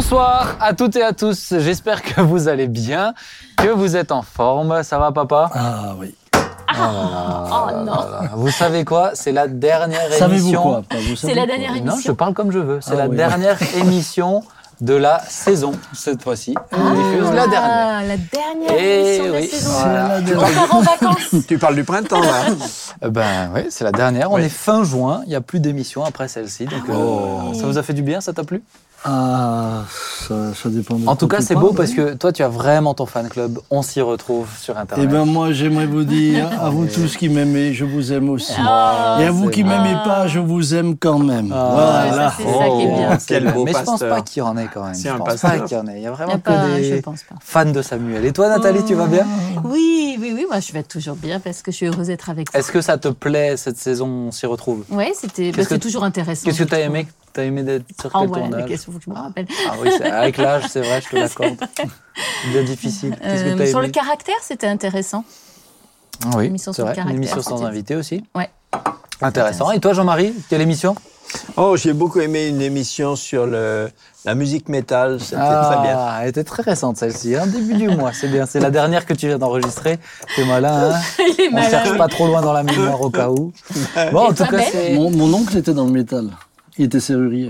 Bonsoir à toutes et à tous, j'espère que vous allez bien, que vous êtes en forme, ça va papa ? Ah oui. Non. Vous savez quoi ? C'est la dernière Savez-vous émission... quoi ? Pas vous savez C'est la quoi. dernière Non, émission. je parle comme je veux, c'est la oui. dernière émission de la saison, cette fois-ci. On diffuse la dernière. Ah, la dernière Eh émission de la oui. saison. Voilà. Tu es encore en vacances. Tu parles du printemps, là. Ben oui, c'est la dernière, on Oui. est fin juin, il n'y a plus d'émission après celle-ci, donc ça vous a fait du bien, ça t'a plu ? Ah, ça dépend de En tout quoi cas, tu c'est parles, beau parce oui. que toi, tu as vraiment ton fan club. On s'y retrouve sur Internet. Eh bien, moi, j'aimerais vous dire, à vous tous qui m'aimez, je vous aime aussi. Ah, Et à vous c'est qui bon. m'aimez pas, je vous aime quand même. Ah, voilà. ça, c'est ça qui est bien. c'est Quel bien. beau Mais je pense pasteur. pas qu'il y en ait quand même. C'est Je un pense pasteur. pas qu'il y en ait. Il y a Y vraiment a pas, que je des pense pas. fans de Samuel. Et toi, Nathalie, tu vas bien ? Oui, moi je vais toujours bien parce que je suis heureuse d'être avec vous. Est-ce que ça te plaît cette saison ? On s'y retrouve. Ouais, c'est toujours intéressant. Qu'est-ce que je t'as trouve. aimé ? T'as aimé d'être sur Ah quel ouais, tournage ? qu'est-ce qu'il faut que je me rappelle. Ah oui, avec l'âge, c'est vrai, je te l'accorde. C'est bien difficile. Qu'est-ce que t'as Sur aimé ? le caractère, c'était intéressant. Ah oui, l'émission c'est sur le vrai. Une caractère, émission sans c'était- invité aussi. Ouais. Intéressant. Et toi, Jean-Marie, quelle émission ? Oh, j'ai beaucoup aimé une émission sur la musique métal. C'était très bien. Ah, elle était très récente celle-ci, hein, début du mois, c'est bien. C'est la dernière que tu viens d'enregistrer. T'es malin, hein. Il est On malin. cherche pas trop loin dans la mémoire au cas où. Bon, en Et tout toi, cas, Ben c'est... Mon oncle était dans le métal. Il était serrurier.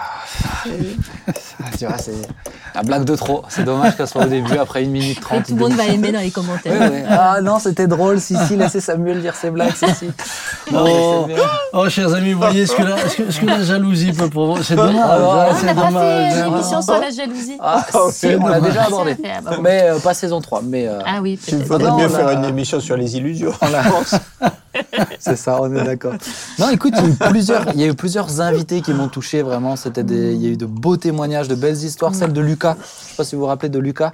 Tu vois, c'est la blague de trop. C'est dommage qu'elle soit au début, après 1 minute Et 30. tout le monde va aimer dans les commentaires. Oui, oui. Ah non, c'était drôle, si, laissez Samuel dire ses blagues, si. Non, mais Oh, c'est bien. oh, chers amis, vous voyez ce que la jalousie peut provoquer. C'est dommage. alors, hein, On c'est n'a pas dommage. fait hein. l'émission sur la jalousie. Ah, si, on l'a déjà abordé. Ah, bah bon. Mais pas saison 3. Mais, Ah oui, Il peut-être. faudrait Non, mieux on faire a- une émission sur les illusions. c'est ça, on est d'accord. Non, écoute, il y a eu plusieurs invités qui m'ont touché, vraiment. Il y a eu de beaux témoignages, de belles histoires. Celle de Lucas. Je ne sais pas si vous vous rappelez de Lucas.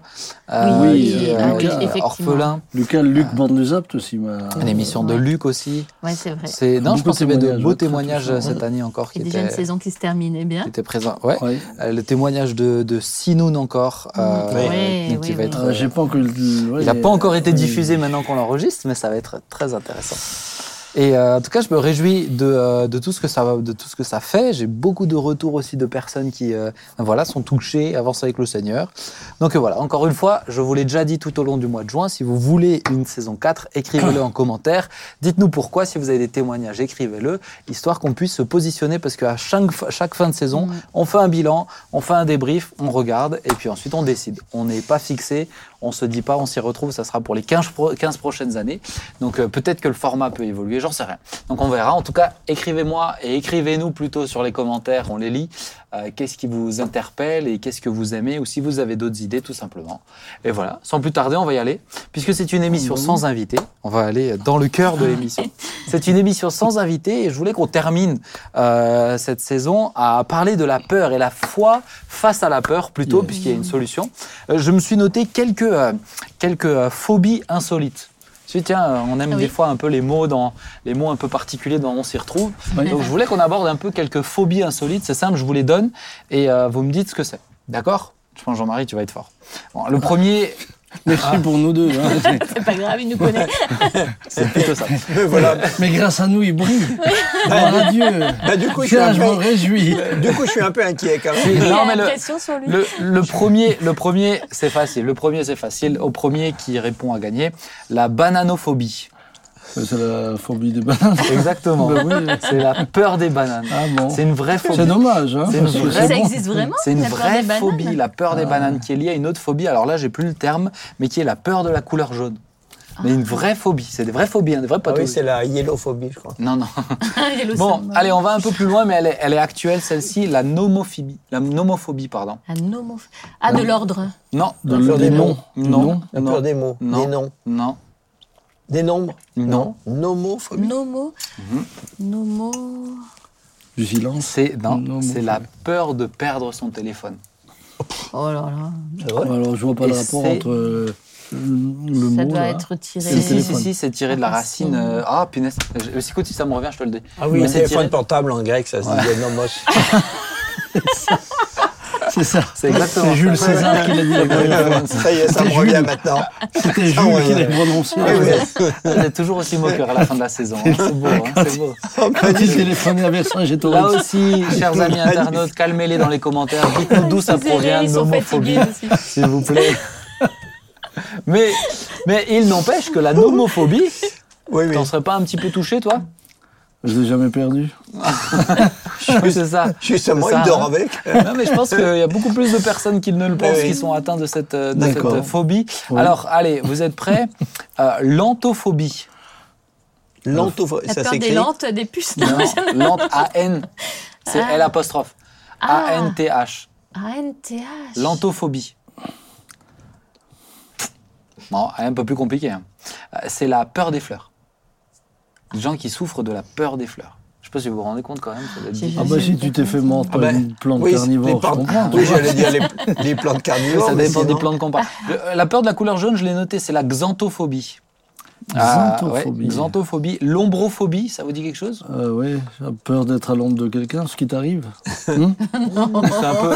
Oui, qui est, Lucas. Effectivement. orphelin. Luc Bandezapt aussi. Une émission de Luc aussi. Ouais, c'est vrai. Non, je Beaucoup pense qu'il y avait de témoignages, beaux ouais, très témoignages touchants. cette année encore Il y qui a déjà une étaient, saison qui se terminait bien. qui étaient présents. Ouais. Ouais. Le témoignage de Sinoun encore, Oui, qui oui, va oui. être. J'ai pas encore. Il n'a pas encore été diffusé maintenant qu'on l'enregistre, mais ça va être très intéressant. Et en tout cas, je me réjouis de tout ce que ça fait. J'ai beaucoup de retours aussi de personnes qui sont touchées, avancent avec le Seigneur. Donc voilà, encore une fois, je vous l'ai déjà dit tout au long du mois de juin, si vous voulez une saison 4, écrivez-le en commentaire. Dites-nous pourquoi, si vous avez des témoignages, écrivez-le, histoire qu'on puisse se positionner, parce qu'à chaque fin de saison, on fait un bilan, on fait un débrief, on regarde, et puis ensuite on décide. On n'est pas fixé, on se dit pas, on s'y retrouve, ça sera pour les 15 prochaines années. Donc peut-être que le format peut évoluer, j'en sais rien. Donc on verra. En tout cas, écrivez-moi et écrivez-nous plutôt sur les commentaires, on les lit. Qu'est-ce qui vous interpelle et qu'est-ce que vous aimez, ou si vous avez d'autres idées, tout simplement. Et voilà, sans plus tarder, on va y aller. Puisque c'est une émission sans invité, on va aller dans le cœur de l'émission. C'est une émission sans invité et je voulais qu'on termine cette saison à parler de la peur et la foi face à la peur plutôt, puisqu'il y a une solution. Je me suis noté quelques phobies insolites. Tiens, on aime des fois un peu les mots un peu particuliers dont on s'y retrouve. Oui. Donc je voulais qu'on aborde un peu quelques phobies insolites. C'est simple, je vous les donne et vous me dites ce que c'est. D'accord ? Je pense Jean-Marie, tu vas être fort. Bon, le premier, Merci pour nous deux. hein. C'est pas grave, il nous connaît. c'est plutôt ça. Voilà. Mais grâce à nous, il brille. Gloire à Dieu. Bah, du coup, je Je m'en réjouis. suis un peu inquiet quand même. Oui, Il non, a mais la pression sur lui. le premier, c'est facile. Le premier, c'est facile. Au premier qui répond à gagner, la bananophobie. C'est la phobie des bananes. Exactement. Bah oui. C'est la peur des bananes. Ah bon. C'est une vraie phobie. C'est dommage. Hein, C'est une parce que vraie- Ça bon. existe vraiment C'est une la peur vraie des bananes phobie, la peur des bananes, qui est liée à une autre phobie. Alors là, j'ai plus le terme, mais qui est la peur de la couleur jaune. Mais une vraie phobie. C'est des vraies phobies, des vraies Ah pathologies. oui, c'est la yellophobie, je crois. Non. Il est Bon, aussi- allez, on va un peu plus loin, mais elle est actuelle, celle-ci, la nomophobie. La nomophobie, pardon. de l'ordre. Non. De La peur des noms. Non. La peur des mots, Non. des noms, Non. des nombres. Non. Nomophobie. Nomo. Nomo. Du silence. C'est Nomophobie. la peur de perdre son téléphone. Oh là là. C'est vrai. Alors, je vois pas Et le rapport c'est- entre le mot. Ça doit là. être tiré. C'est le Si, téléphone. c'est tiré de la racine. Ah, punaise. Écoute, si ça me revient, je te le dis. Ah oui, Mais le c'est téléphone tiré- portable en grec, ça se disait nomos. C'est ça. C'est exactement C'est Jules ça. César qui l'a dit. Ça y est, ça me C'était revient Jules. maintenant. C'était Ça, on Jules qui va- l'a prononcé. Vous êtes toujours aussi moqueur à la fin de la saison. Hein. C'est beau, hein, c'est beau. Quand il téléphonait à Vercingétorix. Là aussi, chers amis internautes, calmez-les dans les commentaires. Dites-nous d'où ça provient, Ils sont l'homophobie, fatigués aussi. s'il vous plaît. Mais il n'empêche que la nomophobie, Oui, oui. t'en serais pas un petit peu touché, toi? Je l'ai jamais perdu. Oui, c'est ça. Justement, C'est ça, il dort hein. avec. Non, mais je pense qu'il y a beaucoup plus de personnes qui ne le pensent Oui. qui sont atteintes de cette D'accord. phobie. Oui. Alors, allez, vous êtes prêts? L'antophobie. L'antophobie, La ça peur des s'écrit. lentes, des puces. Non, lente, A-N, c'est Ah. L apostrophe. Ah. A-N-T-H. ANTH. L'antophobie. Non, un peu plus compliqué. Hein. C'est la peur des fleurs. Les gens qui souffrent de la peur des fleurs. Je ne sais pas si vous vous rendez compte quand même. Ça doit être J'ai difficile. Ah bah si tu t'es fait mordre Ah par ben, une plante oui, carnivore, les je plantes- comprends. Oui, j'allais dire les plantes carnivores. Ça mais dépend des sinon- plantes qu'on parle. La peur de la couleur jaune, je l'ai noté, c'est la xanthophobie. Xanthophobie. Ouais, xanthophobie. L'ombrophobie, ça vous dit quelque chose? Oui, j'ai peur d'être à l'ombre de quelqu'un, ce qui t'arrive. C'est un peu.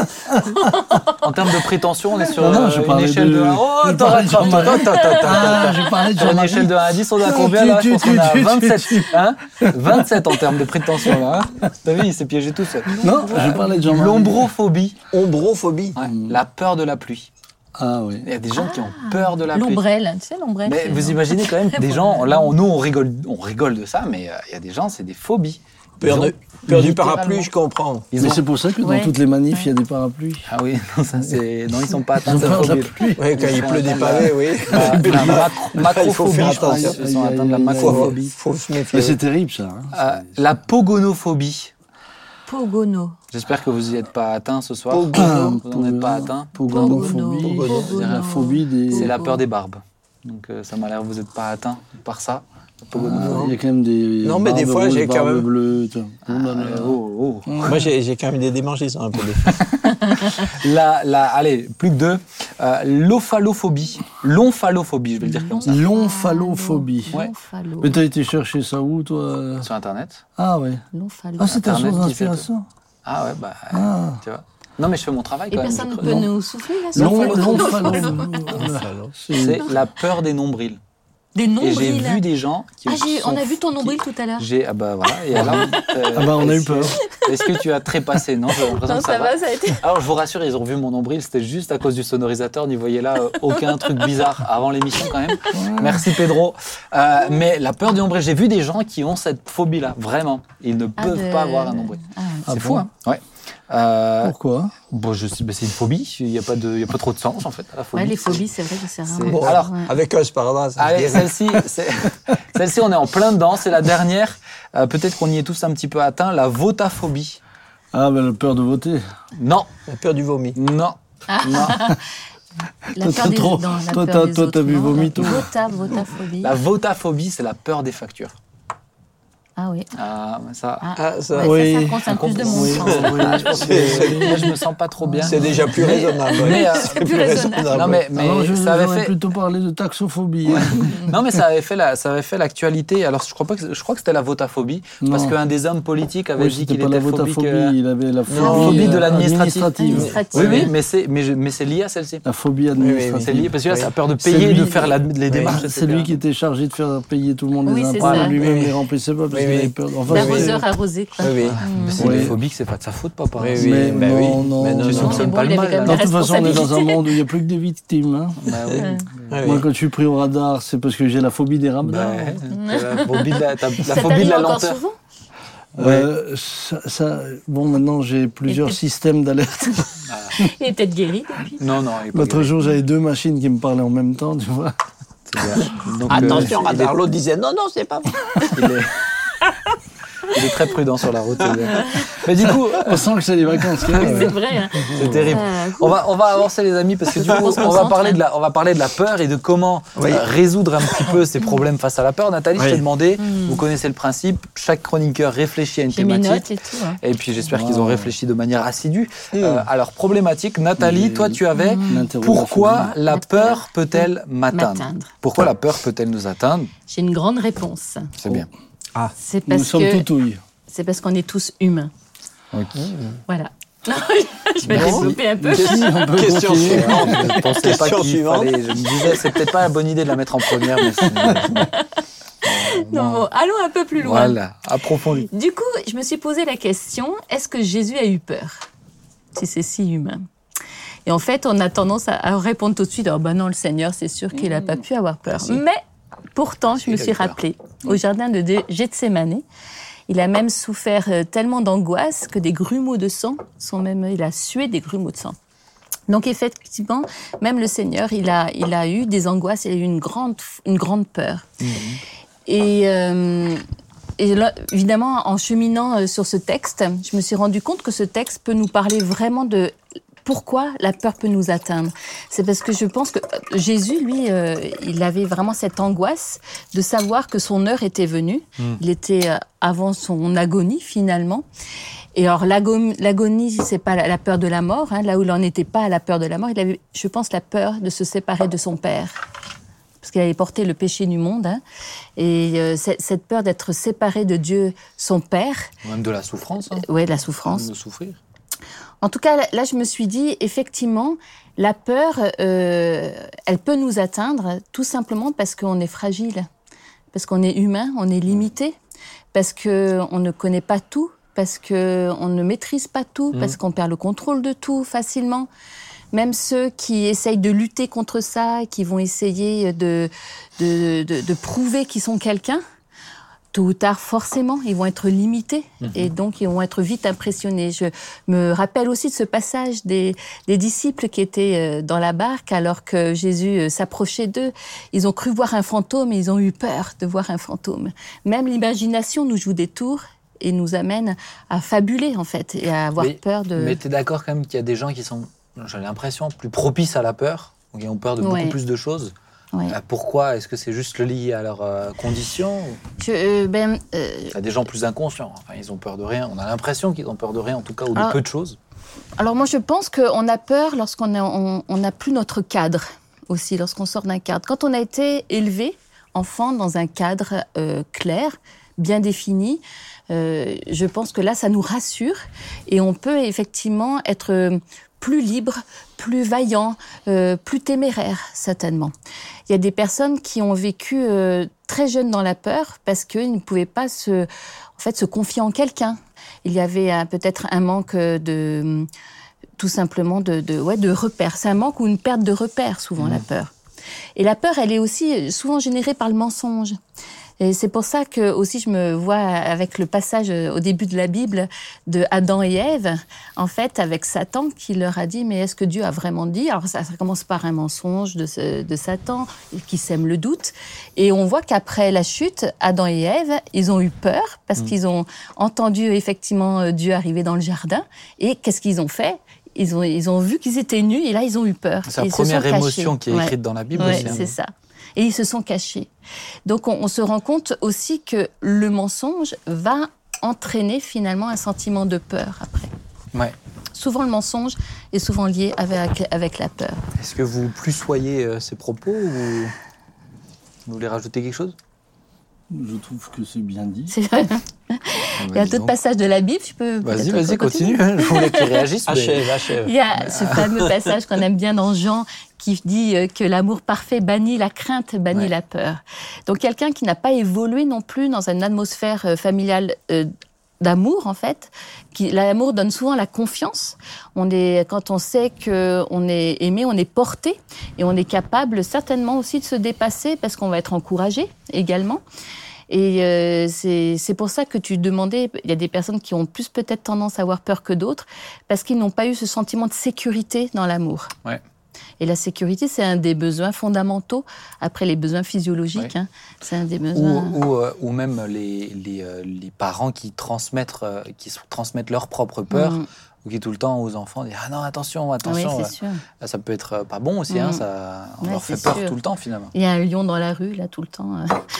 En termes de prétention, on est sur Non, je une parlais échelle de. de- Oh, je attends, parlais de Jean-Marie. Ah, j'ai parlé de Sur une Jean-Marie. échelle de 1 à 10, on est à Non, combien là? Je pense qu'on est à tu- 27. Hein 27 en termes de prétention là. Hein. T'as vu, il s'est piégé tout seul. Non, je parlais de Jean-Marie. L'ombrophobie, Ombrophobie. ouais, la peur de la pluie. Ah oui. Il y a des gens qui ont peur de la pluie. L'ombrelle, tu sais, l'ombrelle. Mais c'est- vous imaginez quand même des gens, là nous on rigole de ça, mais il y a des gens, c'est des phobies. Peur, Ils de, ont peur du littéralement- parapluie, je comprends. Ils Mais ont- c'est pour ça que dans Ouais. toutes les manifs, il y a des parapluies. Ah oui, non, ça c'est. Non, ils sont pas Ils atteints ont de cette peur de la phobie. pluie. Oui, quand il pleut des pavés, oui. La Il faut faire macrophobie, je pense. attention. Ils sont atteints de la Aïe, aïe, aïe, aïe. Faut, macrophobie. faut se Mais méfier. c'est terrible ça. Hein. La pogonophobie. Pogono. J'espère que vous n'y êtes pas atteint ce soir. Pogono. Vous n'en êtes pas atteint. Pogonophobie, Pogono. c'est la phobie des... C'est la peur des barbes. Donc ça m'a l'air que vous n'êtes pas atteint par ça. La pogonophobie. Il y a quand même des Non, mais des barbes fois, rouges, j'ai quand barbes même- bleues, tu vois. Oh là là. Oh, oh. Moi, j'ai quand même des démangeaisons un peu des fois. Allez, plus que deux. L'ophalophobie. L'omphalophobie, je vais le dire comme ça. L'omphalophobie. Ouais. L'omphalo. Mais t'as été chercher ça où, toi? Sur Internet. Ah ouais. L'omphalo. Ah, c'est ta Internet source qui fait d'inspiration. Ah ouais, bah, Ah. tu vois. Non, mais je fais mon travail Et quand même. personne ne je peut creuse. nous souffler là sur L'omphalo. C'est la peur des nombrils. Des Et j'ai nombrils. vu des gens qui. On sont- a vu ton qui- nombril tout à l'heure. Ah bah voilà. Et alors, Ah bah, on a eu est-ce peur. que- Est-ce que tu as trépassé? Non, j'ai l'impression Non, que ça ça va. va, ça a été. Alors je vous rassure, ils ont vu mon nombril, c'était juste à cause du sonorisateur, n'y voyez là aucun truc bizarre avant l'émission quand même. Merci Pedro. Mais la peur du nombril, j'ai vu des gens qui ont cette phobie-là, vraiment. Ils ne peuvent pas avoir un nombril. Ah, Ah C'est bon fou, hein. Ouais. Pourquoi? Bon, je sais, c'est une phobie, il n'y a pas trop de sens en fait à la phobie. ouais, les phobies, c'est vrai que c'est rare. Bon, alors, Ouais. Avec un sparadrap, ça Allez, se dirait. celle-ci, on est en plein dedans, c'est la dernière. Peut-être qu'on y est tous un petit peu atteints, la votaphobie. Ah, ben la peur de voter. Non, La peur du vomi. non, non. La Toi, peur des- trop- dans la toi, peur t'as- des toi, autres, t'as vu non. Vomito. Votaphobie. La votaphobie, c'est la peur des factures. Ah oui. Ah, mais ça. Ah, Ah, ça, ouais, oui. ça concerne plus de monde. Oui, je pense. oui. Ah, je pense que là, je me sens pas trop bien. c'est déjà plus raisonnable. mais, ouais. c'est plus raisonnable. Non, mais Alors, ça avait j'aurais fait. plutôt parlé de taxophobie. hein. Non, mais ça avait fait l'actualité. Alors, je crois que c'était la votaphobie, parce Non. qu'un des hommes politiques avait Oui, dit c'était qu'il pas la était phobique. votaphobie, il avait la phobie de l'administratif. Administrative. Oui, oui, mais c'est lié à celle-ci. La phobie C'est administrative. lié parce que là, Oui. ça a peur de C'est payer, lui- de faire les démarches. C'est etc. lui qui était chargé de faire payer tout le monde Oui, les c'est impôts. ça. Lui-même, Oui, oui. il remplissait pas parce Oui, qu'il oui. avait peur. Enfin, L'arroseur arrosé, quoi. Oui, oui. Mais s'il Oui. est phobique, c'est pas de sa faute, papa. Oui, hein. oui. Mais bah non, oui. non, Mais non, Tu non. soupçonnes bon, pas il le avait mal, quand là. même De la toute façon, on est dans un responsabilité. monde où il n'y a plus que des victimes. Hein. Bah oui. Oui, Moi, oui. quand je suis pris au radar, c'est parce que j'ai la phobie des Bah, radars. t'as la phobie de la, t'as la Ça phobie de t'arrive la encore lenteur. souvent Bon, maintenant, j'ai plusieurs Et puis- systèmes d'alerte. Il est peut-être guéri depuis. Non, non, il est pas L'autre guéri. jour, j'avais deux machines qui me parlaient en même temps, tu vois. C'est bien. Donc, Attention, il est- radar. L'autre disait non, non, c'est pas vrai. il est- il est très prudent sur la route. c'est bien. Mais du coup, On sent que c'est les vacances. C'est vrai. Hein. c'est terrible. On va avancer les amis parce que du coup On se on va concentre, parler hein. on va parler de la peur et de comment Oui. résoudre un petit peu ces problèmes face à la peur. Nathalie, je Oui. t'ai demandé, vous connaissez le principe, chaque chroniqueur réfléchit à une J'ai mes thématique. notes et tout. Hein. Et puis j'espère qu'ils ont réfléchi de manière assidue. Mm. Alors problématique, Nathalie, toi tu avais pourquoi la peur peut-elle m'atteindre? M'atteindre. Pourquoi la peur peut-elle nous atteindre? J'ai une grande réponse. C'est bien. C'est Nous parce sommes que toutouilles. c'est parce qu'on est tous humains. Ok. Voilà. Je vais développer un peu. On peut Question continuer. suivante. Je ne pensais pas Question qu'il suivante. fallait. Je me disais, c'est peut-être pas la bonne idée de la mettre en première, mais c'est. Non, bon, allons un peu plus loin. Voilà, approfondi. Du coup, je me suis posé la question, est-ce que Jésus a eu peur? Si c'est si humain. Et en fait, on a tendance à répondre tout de suite, oh ben non, le Seigneur, c'est sûr qu'il n'a pas pu avoir peur. Si. Mais pourtant, je me Il a suis eu peur. rappelé, au jardin de Gethsémani, il a même souffert tellement d'angoisse que des grumeaux de sang il a sué des grumeaux de sang. Donc effectivement, même le Seigneur, il a eu des angoisses, il a eu une grande peur. Et là, évidemment, en cheminant sur ce texte, je me suis rendu compte que ce texte peut nous parler vraiment de pourquoi la peur peut nous atteindre. C'est parce que je pense que Jésus, lui, il avait vraiment cette angoisse de savoir que son heure était venue. Il était avant son agonie, finalement. Et alors, l'agonie, c'est pas la peur de la mort. Hein, là où il n'en était pas à la peur de la mort, il avait, je pense, la peur de se séparer de son père. Parce qu'il avait porté le péché du monde. Hein, et cette peur d'être séparé de Dieu, son père. Même de la souffrance. Hein. Ouais, de la souffrance. Même de souffrir. En tout cas, là, je me suis dit, effectivement, la peur, elle peut nous atteindre tout simplement parce qu'on est fragile, parce qu'on est humain, on est limité, parce qu'on ne connaît pas tout, parce qu'on ne maîtrise pas tout, parce qu'on perd le contrôle de tout facilement. Même ceux qui essayent de lutter contre ça, qui vont essayer de prouver qu'ils sont quelqu'un, tôt ou tard, forcément, ils vont être limités et donc ils vont être vite impressionnés. Je me rappelle aussi de ce passage des disciples qui étaient dans la barque alors que Jésus s'approchait d'eux. Ils ont cru voir un fantôme et ils ont eu peur de voir un fantôme. Même l'imagination nous joue des tours et nous amène à fabuler, en fait, et à avoir peur de... Mais tu es d'accord quand même qu'il y a des gens qui sont, j'ai l'impression, plus propices à la peur, donc ils ont peur de beaucoup plus de choses. Ouais. Pourquoi? Est-ce que c'est juste lié à leurs conditions? Il y a des gens plus inconscients. Enfin, ils ont peur de rien. On a l'impression qu'ils ont peur de rien, en tout cas, ou de peu de choses. Alors moi, je pense qu'on a peur lorsqu'on n'a plus notre cadre aussi, lorsqu'on sort d'un cadre. Quand on a été élevé, enfant, dans un cadre clair, bien défini, je pense que là, ça nous rassure et on peut effectivement être plus libre, plus vaillant, plus téméraire, certainement. Il y a des personnes qui ont vécu très jeunes dans la peur parce qu'ils ne pouvaient pas se confier en quelqu'un. Il y avait peut-être un manque tout simplement de repères. C'est un manque ou une perte de repères, souvent, la peur. Et la peur, elle est aussi souvent générée par le mensonge. Et c'est pour ça que aussi je me vois avec le passage au début de la Bible de Adam et Ève, en fait, avec Satan qui leur a dit « Mais est-ce que Dieu a vraiment dit ?» Alors ça commence par un mensonge de Satan qui sème le doute. Et on voit qu'après la chute, Adam et Ève, ils ont eu peur parce qu'ils ont entendu effectivement Dieu arriver dans le jardin. Et qu'est-ce qu'ils ont fait ? Ils ont vu qu'ils étaient nus et là, ils ont eu peur. C'est la première émotion qui est écrite dans la Bible aussi. Oui, c'est ça. Et ils se sont cachés. Donc on se rend compte aussi que le mensonge va entraîner finalement un sentiment de peur après. Ouais. Souvent le mensonge est souvent lié avec la peur. Est-ce que vous plus soyez ces propos ou vous voulez rajouter quelque chose? Je trouve que c'est bien dit. Il y a d'autres passages de la Bible, je peux... Vas-y, continue. Je voulais qu'il réagisse. Achève. Il y a ce fameux passage qu'on aime bien dans Jean qui dit que l'amour parfait bannit la crainte, bannit la peur. Donc quelqu'un qui n'a pas évolué non plus dans une atmosphère familiale d'amour, en fait. L'amour donne souvent la confiance. Quand on sait qu'on est aimé, on est porté et on est capable certainement aussi de se dépasser parce qu'on va être encouragé également. Et c'est pour ça que tu demandais, il y a des personnes qui ont plus peut-être tendance à avoir peur que d'autres parce qu'ils n'ont pas eu ce sentiment de sécurité dans l'amour. Ouais. Et la sécurité, c'est un des besoins fondamentaux, après les besoins physiologiques. Ouais. Hein, c'est un des besoins... Ou même les parents qui transmettent leur propre peur, ou qui tout le temps aux enfants disent « Ah non, attention !» Oui, c'est sûr. Ça peut être pas bon aussi, hein, on leur fait peur tout le temps finalement. Il y a un lion dans la rue, là, tout le temps.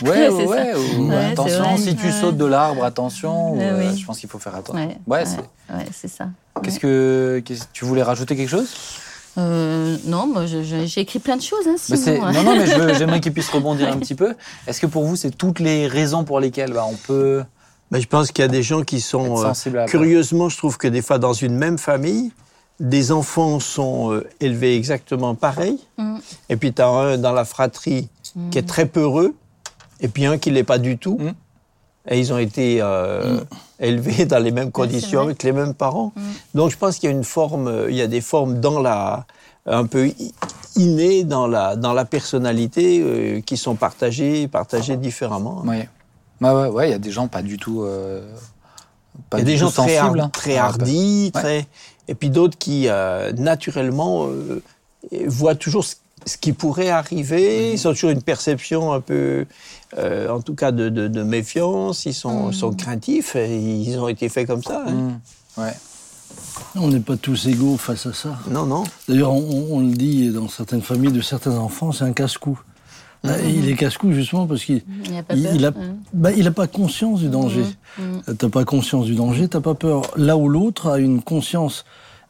Attention, si tu sautes de l'arbre, attention. Je pense qu'il faut faire attention. C'est ça. Qu'est-ce que tu voulais rajouter quelque chose? Non, moi j'ai écrit plein de choses. Hein, sinon, Non, mais j'aimerais qu'il puisse rebondir un petit peu. Est-ce que pour vous, c'est toutes les raisons pour lesquelles on peut Mais je pense qu'il y a des gens qui sont... curieusement, je trouve que des fois, dans une même famille, des enfants sont élevés exactement pareil. Et puis, tu as un dans la fratrie qui est très peureux, et puis un qui ne l'est pas du tout. Et ils ont été élevés dans les mêmes conditions, avec les mêmes parents. Donc, je pense qu'il y a une forme, il y a des formes un peu innées dans la personnalité qui sont partagées différemment. Oui. Ouais, il y a des gens pas du tout. Il y a des gens sensibles, très hardis, et puis d'autres qui naturellement voient toujours ce qui pourrait arriver. Ils ont toujours une perception un peu, en tout cas, de méfiance. Ils sont craintifs. Et ils ont été faits comme ça. Ouais. On n'est pas tous égaux face à ça. Non. D'ailleurs, on le dit dans certaines familles de certains enfants, c'est un casse-cou. Il est casse-cou justement parce qu'il n'a pas conscience du danger. T'as pas conscience du danger, t'as pas peur. Là où l'autre a une conscience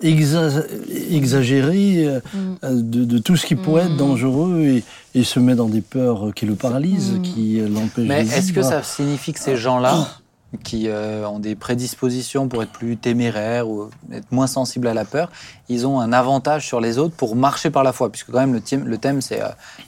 exagérée de tout ce qui pourrait être dangereux et se met dans des peurs qui le paralysent, qui l'empêchent de vivre. Mais est-ce que ça signifie que ces gens-là, qui ont des prédispositions pour être plus téméraires ou être moins sensibles à la peur, ils ont un avantage sur les autres pour marcher par la foi, puisque quand même le thème c'est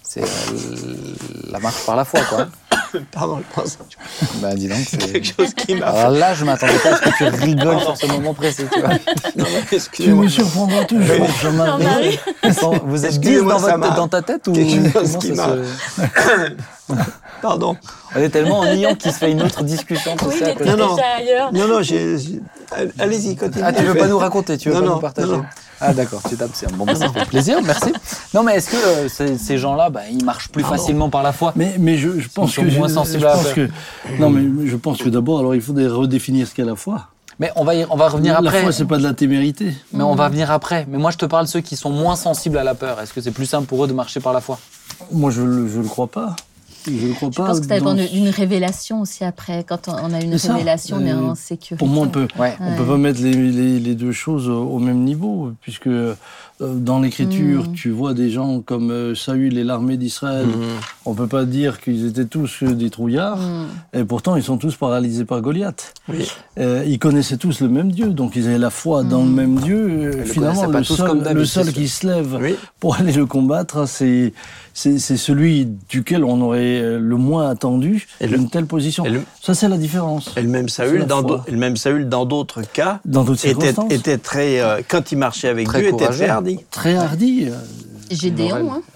la marche par la foi, quoi. Pardon, je pense. Bah dis donc, c'est quelque chose qui m'a... Alors là, je m'attendais pas à ce que tu rigoles sur ce moment précis, tu vois. Non, mais tu me surprendras toujours, Jean-Marie. Vous êtes 10 dans ta tête ou quelque chose qui m'a... Pardon. On est tellement ennuyant qu'il se fait une autre discussion. Oui, il était déjà ailleurs. Non, allez-y, continuez. Ah, tu veux pas nous raconter, tu veux pas nous partager. Non. Ah d'accord, tu tapes, c'est bon, ça fait plaisir, merci. Non, mais est-ce que ces gens-là, ils marchent plus facilement par la foi? Mais je pense que moins sensibles à la peur. Non, mais je pense que d'abord, alors il faudrait redéfinir ce qu'est la foi. Mais on va revenir après. La foi, c'est pas de la témérité. Mais on va venir après. Mais moi, je te parle de ceux qui sont moins sensibles à la peur. Est-ce que c'est plus simple pour eux de marcher par la foi? Moi, je le crois pas. Je pense que ça dépend d'une révélation aussi après. Quand on a une révélation, on est en sécurité. Pour moi, on peut pas mettre les deux choses au même niveau, puisque dans l'Écriture, tu vois des gens comme Saül et l'armée d'Israël. On peut pas dire qu'ils étaient tous des trouillards, et pourtant ils sont tous paralysés par Goliath. Ils connaissaient tous le même Dieu, donc ils avaient la foi dans le même Dieu. Finalement, le seul qui se lève pour aller le combattre, c'est celui duquel on aurait le moins attendu une telle position. Ça, c'est la différence. Et le même Saül, dans d'autres cas, était très, quand il marchait avec très Dieu, courageux. était très hardi. Très hardi. Gédéon, hein.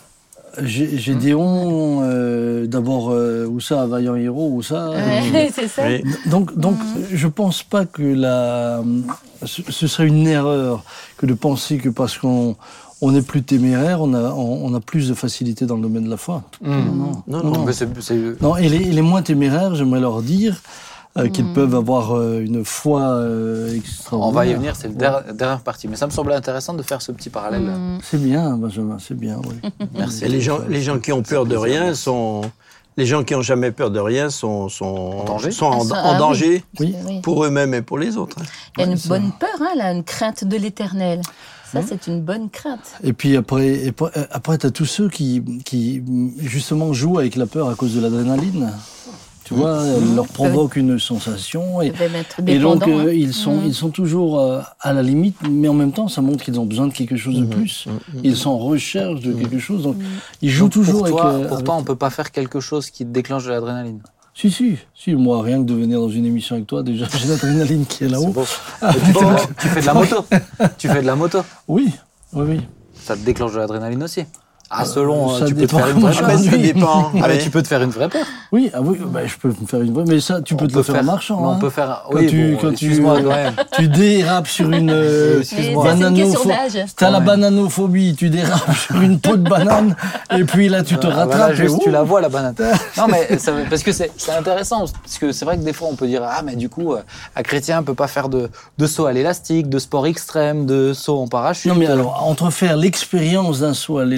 Gédéon, d'abord, où ça, vaillant héros, où ça. C'est ça. Donc, je pense pas que ce serait une erreur que de penser que parce qu'on est plus téméraire, on a plus de facilité dans le domaine de la foi. Non. Mais non, et les moins téméraires, j'aimerais leur dire qu'ils peuvent avoir une foi extraordinaire. On va y venir, c'est la dernière partie. Mais ça me semblait intéressant de faire ce petit parallèle. C'est bien, Benjamin, c'est bien, oui. Merci. Et les gens qui ont peur de rien sont... Les gens qui n'ont jamais peur de rien sont en danger oui. pour eux-mêmes et pour les autres. Il y a une bonne peur, une crainte de l'éternel. Ça, c'est une bonne crainte. Et puis après tu as tous ceux qui, justement, jouent avec la peur à cause de l'adrénaline. Tu vois, elle leur provoque une sensation. Et donc, ils sont toujours à la limite, mais en même temps, ça montre qu'ils ont besoin de quelque chose de plus. Ils sont en recherche de quelque chose. Donc, ils jouent toujours pour toi, avec... Pour toi, on ne peut pas faire quelque chose qui déclenche de l'adrénaline. Si, moi, rien que de venir dans une émission avec toi, déjà, j'ai l'adrénaline qui est là-haut. Tu fais de la moto. Tu fais de la moto. Oui. Ça te déclenche de l'adrénaline aussi. Selon, ça tu peux te dépend. faire une vraie peur. Ça dépend. Mais tu peux te faire une vraie peur. Oui, je peux me faire une vraie. Mais ça, tu peux te le faire en marchant. On peut faire. Quand tu dérapes sur une bananophobie. T'as la bananophobie, tu dérapes sur une peau de banane, et puis là, tu te rattrapes. Tu la vois, la banane. Non, mais parce que c'est intéressant. Parce que c'est vrai que des fois, on peut dire mais du coup, un chrétien ne peut pas faire de saut à l'élastique, de sport extrême, de saut en parachute. Non, mais alors, entre faire l'expérience d'un saut à l'élastique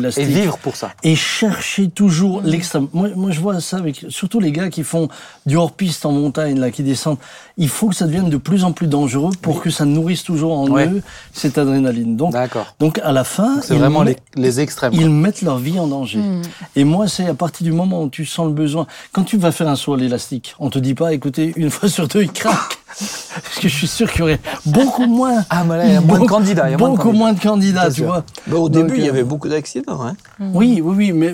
vivre pour ça. Et chercher toujours l'extrême. Moi, je vois ça avec surtout les gars qui font du hors-piste en montagne, là, qui descendent. Il faut que ça devienne de plus en plus dangereux pour que ça nourrisse toujours en eux cette adrénaline. Donc à la fin, c'est vraiment les extrêmes. Ils mettent leur vie en danger. Et moi, c'est à partir du moment où tu sens le besoin. Quand tu vas faire un saut à l'élastique, on te dit pas, écoutez, une fois sur deux, il craque. Parce que je suis sûr qu'il y aurait beaucoup moins. Ah, mais là, il y a moins de candidats. Beaucoup moins de candidats, tu vois. Bah, au début, il y avait beaucoup d'accidents. Hein. Oui, mais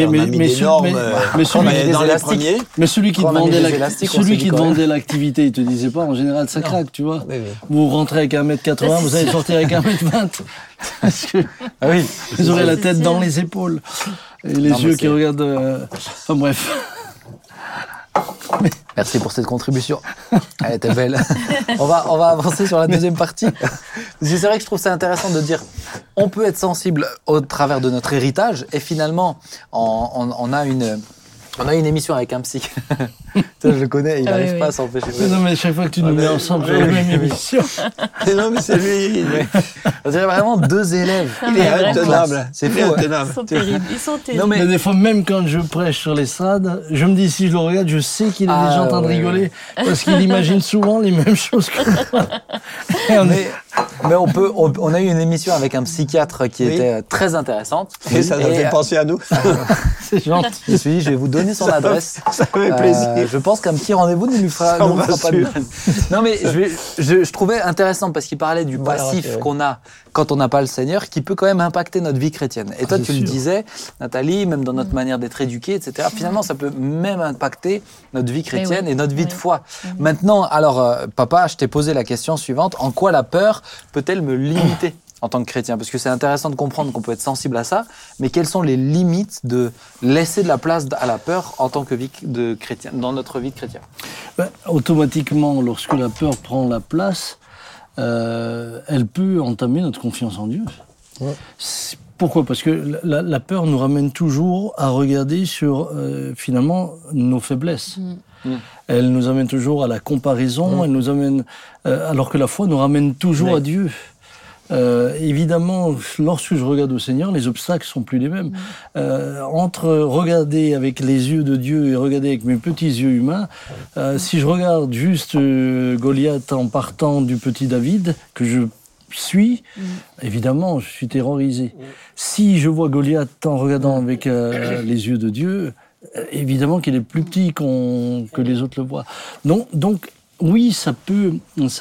celui qui te vendait l'activité, il te disait pas, en général, ça craque, tu vois. Vous rentrez avec 1m80, vous allez sortir avec 1m20. Parce que vous aurez la tête dans les épaules. Et les yeux qui regardent. Enfin, bref. Merci pour cette contribution. Elle était belle. On va avancer sur la deuxième partie. C'est vrai que je trouve ça intéressant de dire on peut être sensible au travers de notre héritage et finalement on a une émission avec un psy. Je le connais, il n'arrive pas à s'empêcher. Non, mais chaque fois que tu nous mets ensemble sur la même émission. Non, mais c'est lui. On dirait vraiment deux élèves. Il est intenable. C'est fou. Ils sont terribles. Non, mais des fois, même quand je prêche sur l'estrade, je me dis, si je le regarde, je sais qu'il est déjà en train de rigoler. Parce qu'il imagine souvent les mêmes choses que moi. Mais on a eu une émission avec un psychiatre qui était très intéressante. Et ça nous fait penser à nous. C'est gentil. Je me suis dit, je vais vous donner son adresse. Ça fait plaisir. Je pense qu'un petit rendez-vous ne lui fera pas de mal. Non, mais je trouvais intéressant parce qu'il parlait du passif qu'on a quand on n'a pas le Seigneur, qui peut quand même impacter notre vie chrétienne. Et toi, tu le disais, Nathalie, même dans notre manière d'être éduquée, etc. Finalement, ça peut même impacter notre vie chrétienne et notre vie de foi. Maintenant, alors, papa, je t'ai posé la question suivante. En quoi la peur peut-elle me limiter en tant que chrétien? Parce que c'est intéressant de comprendre qu'on peut être sensible à ça, mais quelles sont les limites de laisser de la place à la peur en tant que vie de chrétien, dans notre vie de chrétien? Automatiquement, lorsque la peur prend la place, elle peut entamer notre confiance en Dieu. Ouais. Pourquoi? Parce que la peur nous ramène toujours à regarder sur, finalement, nos faiblesses. Elle nous amène toujours à la comparaison, elle nous amène, alors que la foi nous ramène toujours à Dieu. Évidemment, lorsque je regarde au Seigneur, les obstacles sont plus les mêmes. Entre regarder avec les yeux de Dieu et regarder avec mes petits yeux humains, si je regarde juste Goliath en partant du petit David, que je suis, évidemment, je suis terrorisé. Si je vois Goliath en regardant avec les yeux de Dieu, évidemment qu'il est plus petit que les autres le voient. Donc oui, ça peut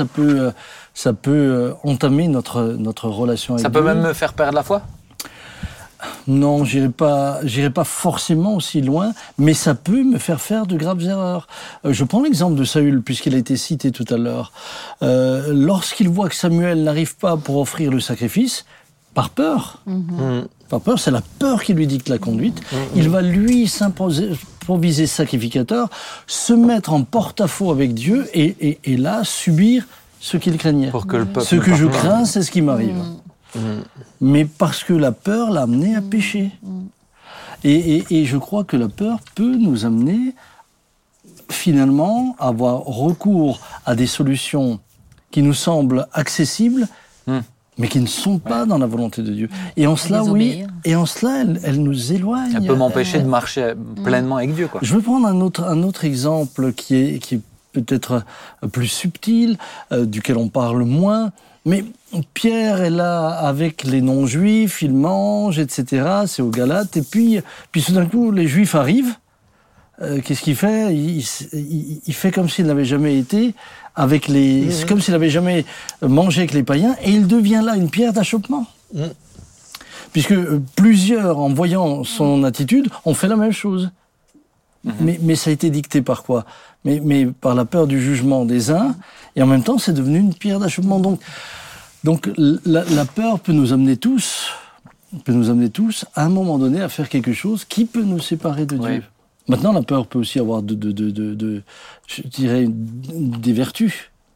entamer notre relation avec Dieu. Ça peut même me faire perdre la foi? Non, j'irai pas forcément aussi loin, mais ça peut me faire de graves erreurs. Je prends l'exemple de Saül, puisqu'il a été cité tout à l'heure. Lorsqu'il voit que Samuel n'arrive pas pour offrir le sacrifice, par peur, c'est la peur qui lui dicte la conduite, il va lui s'improviser sacrificateur, se mettre en porte-à-faux avec Dieu et là subir ce qu'il craignait. Pour que le peuple ce que je crains, c'est ce qui m'arrive. Mais parce que la peur l'a amené à pécher. Et je crois que la peur peut nous amener finalement à avoir recours à des solutions qui nous semblent accessibles, mais qui ne sont pas dans la volonté de Dieu. Et en cela, elle nous éloigne. Elle peut m'empêcher de marcher pleinement avec Dieu, quoi. Je veux prendre un autre exemple qui est peut-être plus subtil, duquel on parle moins. Mais Pierre est là avec les non-juifs, il mange, etc. C'est aux Galates. Et puis tout d'un coup, les juifs arrivent. Qu'est-ce qu'il fait? Il fait comme s'il n'avait jamais été avec c'est comme s'il n'avait jamais mangé avec les païens, et il devient là une pierre d'achoppement. Puisque plusieurs, en voyant son attitude, ont fait la même chose. Mais ça a été dicté par quoi? Mais par la peur du jugement des uns, et en même temps, c'est devenu une pierre d'achoppement. Donc la peur peut nous amener tous, à un moment donné, à faire quelque chose qui peut nous séparer de Dieu. Maintenant, la peur peut aussi avoir je dirais, des vertus.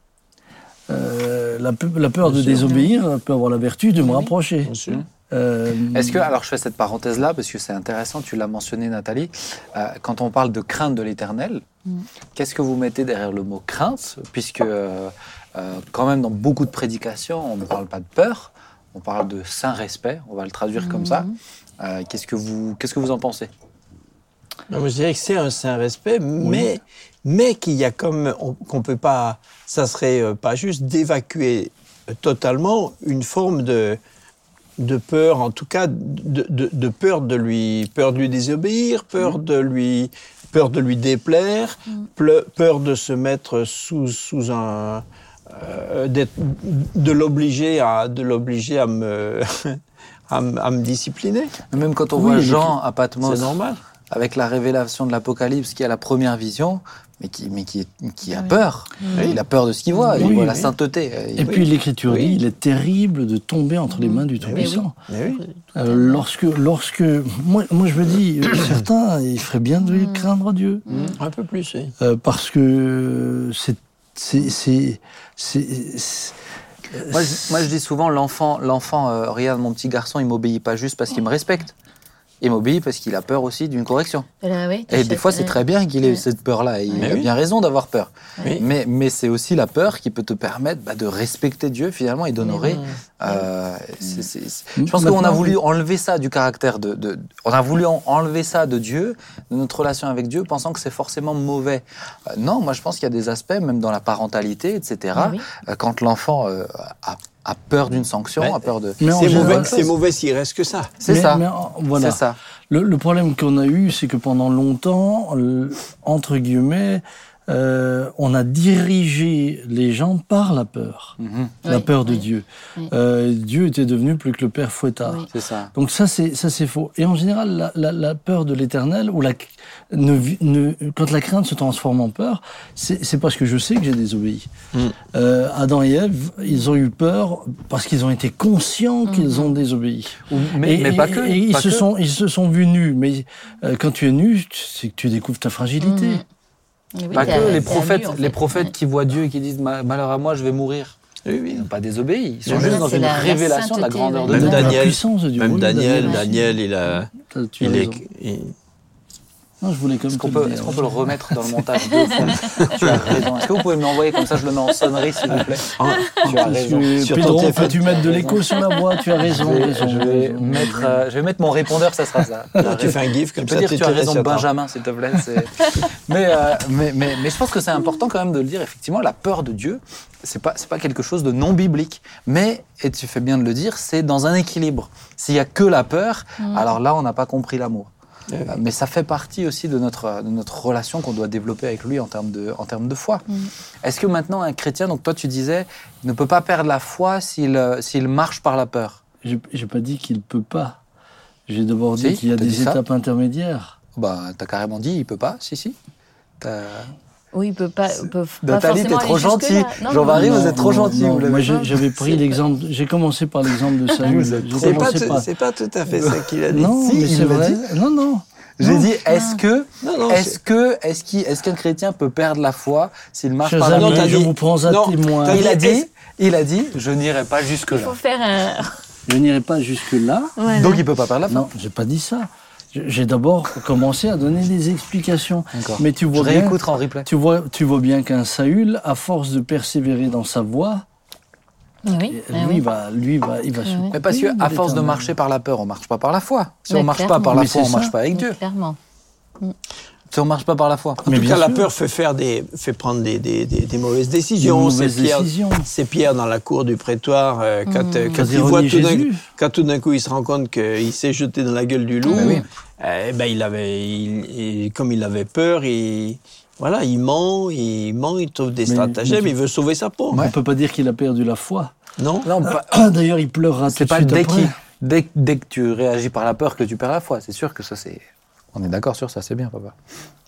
La peur de désobéir peut avoir la vertu de me rapprocher. Bien sûr. Est-ce que, alors je fais cette parenthèse-là parce que c'est intéressant, tu l'as mentionné Nathalie, quand on parle de crainte de l'Éternel, qu'est-ce que vous mettez derrière le mot crainte? Puisque quand même dans beaucoup de prédications, on ne parle pas de peur, on parle de saint respect, on va le traduire comme ça. Qu'est-ce que vous en pensez? Non, je dirais que c'est un saint respect, mais qu'il y a qu'on peut pas, ça serait pas juste d'évacuer totalement une forme de peur, en tout cas de peur de lui désobéir, peur de lui déplaire, peur de se mettre sous un de l'obliger à me discipliner. Même quand on voit Jean à Patmos, c'est normal. Avec la révélation de l'Apocalypse, qui a la première vision, mais qui a peur. Il a peur de ce qu'il voit. Il voit la sainteté. Et puis l'Écriture dit, il est terrible de tomber entre les mains du Tout-Puissant. Lorsque moi je me dis, certains, il ferait bien de craindre Dieu. Un peu plus, oui. Parce que Moi, je dis souvent, l'enfant, regarde mon petit garçon, il m'obéit pas juste parce qu'il me respecte. Il m'obéit parce qu'il a peur aussi d'une correction. Et des fois, c'est très bien qu'il ait cette peur-là. Il a bien raison d'avoir peur. Oui. Mais c'est aussi la peur qui peut te permettre de respecter Dieu, finalement, et d'honorer. Je pense qu'on a voulu enlever ça du caractère on a voulu enlever ça de Dieu, de notre relation avec Dieu, pensant que c'est forcément mauvais. Non, moi, je pense qu'il y a des aspects, même dans la parentalité, etc., quand l'enfant a peur d'une sanction, a peur de... C'est mauvais s'il reste que ça. C'est ça. Voilà. C'est ça. Le problème qu'on a eu, c'est que pendant longtemps, entre guillemets, on a dirigé les gens par la peur. La peur de Dieu. Dieu était devenu plus que le père fouettard. C'est ça. Donc ça c'est faux. Et en général, la peur de l'Éternel, quand la crainte se transforme en peur, c'est parce que je sais que j'ai désobéi. Adam et Ève, ils ont eu peur parce qu'ils ont été conscients qu'ils ont désobéi. Mais pas que. Et ils se sont vus nus. Mais quand tu es nu, c'est que tu découvres ta fragilité. Pas que les prophètes qui voient Dieu et qui disent malheur à moi, je vais mourir. Ils n'ont pas désobéi. Ils sont juste dans une révélation de la grandeur de Dieu. La puissance de Dieu. Même Daniel, il est... Non, je voulais Est-ce qu'on peut le remettre dans le montage de fond? Tu as raison. Est-ce que vous pouvez me l'envoyer comme ça, je le mets en sonnerie, s'il vous plaît? Tu as raison. Pedro, peux-tu mettre de l'écho sur la voix? Tu as raison. Je vais mettre mon répondeur, ça sera ça. Tu fais un gif comme ça. Tu peux dire que tu as raison, Benjamin, s'il te plaît. Mais je pense que c'est important quand même de le dire. Effectivement, la peur de Dieu, c'est pas quelque chose de non biblique. Mais, et tu fais bien de le dire, c'est dans un équilibre. S'il y a que la peur, alors là, on n'a pas compris l'amour. Mais ça fait partie aussi de notre relation qu'on doit développer avec lui en termes de foi. Est-ce que maintenant un chrétien, donc toi tu disais, ne peut pas perdre la foi s'il marche par la peur? J'ai pas dit qu'il peut pas. J'ai d'abord dit qu'il y a des étapes intermédiaires. T'as carrément dit il peut pas, si. Oui, il peut pas. Nathalie, t'es trop gentil. Jean-Marie, vous êtes trop gentil. Moi, j'avais pris l'exemple. J'ai commencé par l'exemple de Saül. C'est pas tout à fait ça qu'il a dit. Non, mais c'est vrai. Non. J'ai dit, est-ce qu'un chrétien peut perdre la foi s'il marche par la peur? Je vous prends à témoin. Il a dit, je n'irai pas jusque-là. Il faut faire un... Je n'irai pas jusque-là. Voilà. Donc il peut pas perdre la foi. Non, j'ai pas dit ça. J'ai d'abord commencé à donner des explications. Mais tu vois bien, en replay. Tu vois bien qu'un Saül, à force de persévérer dans sa voie, il va se... Mais parce qu'à force de marcher par la peur, on marche pas par la foi. Si on marche pas par la foi, on marche pas avec Dieu. Clairement. Si on marche pas par la foi. En tout cas, la peur fait prendre des mauvaises décisions. C'est Pierre dans la cour du prétoire, quand il voit tout d'un coup, il se rend compte qu'il s'est jeté dans la gueule du loup. Comme il avait peur, il ment, il trouve des stratagèmes, il veut sauver sa peau. On ne peut pas dire qu'il a perdu la foi. Non. D'ailleurs, il pleurera tout de suite après. C'est pas dès que tu réagis par la peur que tu perds la foi. C'est sûr que ça, c'est... On est d'accord sur ça, c'est bien, papa.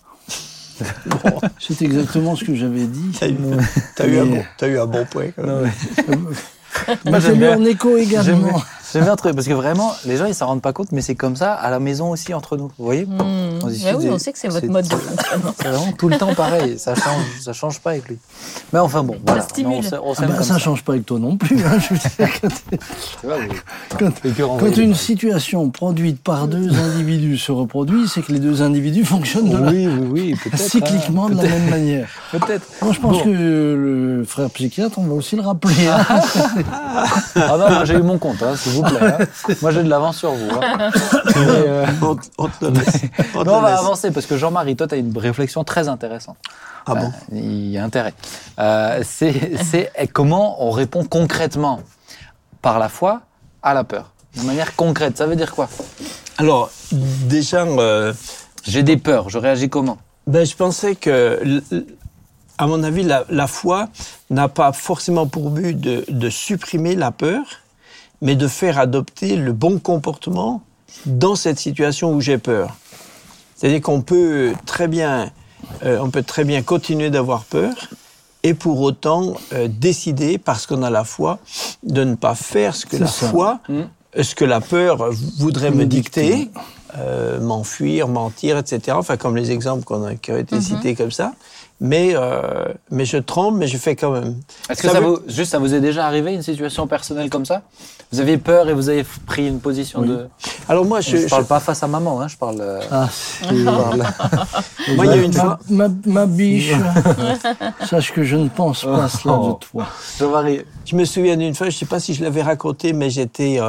C'est exactement ce que j'avais dit. T'as eu un bon point, quand même. Moi, j'aime bien en écho également. J'aime bien un truc, parce que vraiment, les gens, ils s'en rendent pas compte, mais c'est comme ça à la maison aussi, entre nous. Vous voyez? On sait que c'est votre mode de fonctionnement. C'est vraiment tout le temps pareil. Ça change pas avec lui. Mais enfin bon, voilà. Ça change pas avec toi non plus. Hein, je veux dire, quand une situation produite par deux individus se reproduit, c'est que les deux individus fonctionnent cycliquement de la même manière. Peut-être. Moi, je pense que le frère psychiatre, on va aussi le rappeler. Ah non, moi j'ai eu mon compte. Si vous plaît. Hein. Moi, j'ai de l'avance sur vous. Hein. On te laisse. On va avancer, parce que Jean-Marie, toi, tu as une réflexion très intéressante. Ah bon? Il y a intérêt. C'est comment on répond concrètement par la foi à la peur. De manière concrète, ça veut dire quoi? Alors, déjà... j'ai des peurs, je réagis comment? Je pensais que, à mon avis, la foi n'a pas forcément pour but de supprimer la peur, mais de faire adopter le bon comportement dans cette situation où j'ai peur. C'est-à-dire qu'on peut très bien continuer d'avoir peur et pour autant décider, parce qu'on a la foi, de ne pas faire ce que ce que la peur voudrait me dicter, m'enfuir, mentir, etc. Enfin, comme les exemples qui ont été cités comme ça. Mais je tremble, mais je fais quand même. Est-ce que ça vous est déjà arrivé, une situation personnelle comme ça? Vous avez peur et vous avez pris une position de... Alors moi, je parle pas face à maman, hein, je parle... Moi, il y a une fois... Ma biche, sache que je ne pense pas cela de toi. Je me souviens d'une fois, je ne sais pas si je l'avais raconté, mais j'étais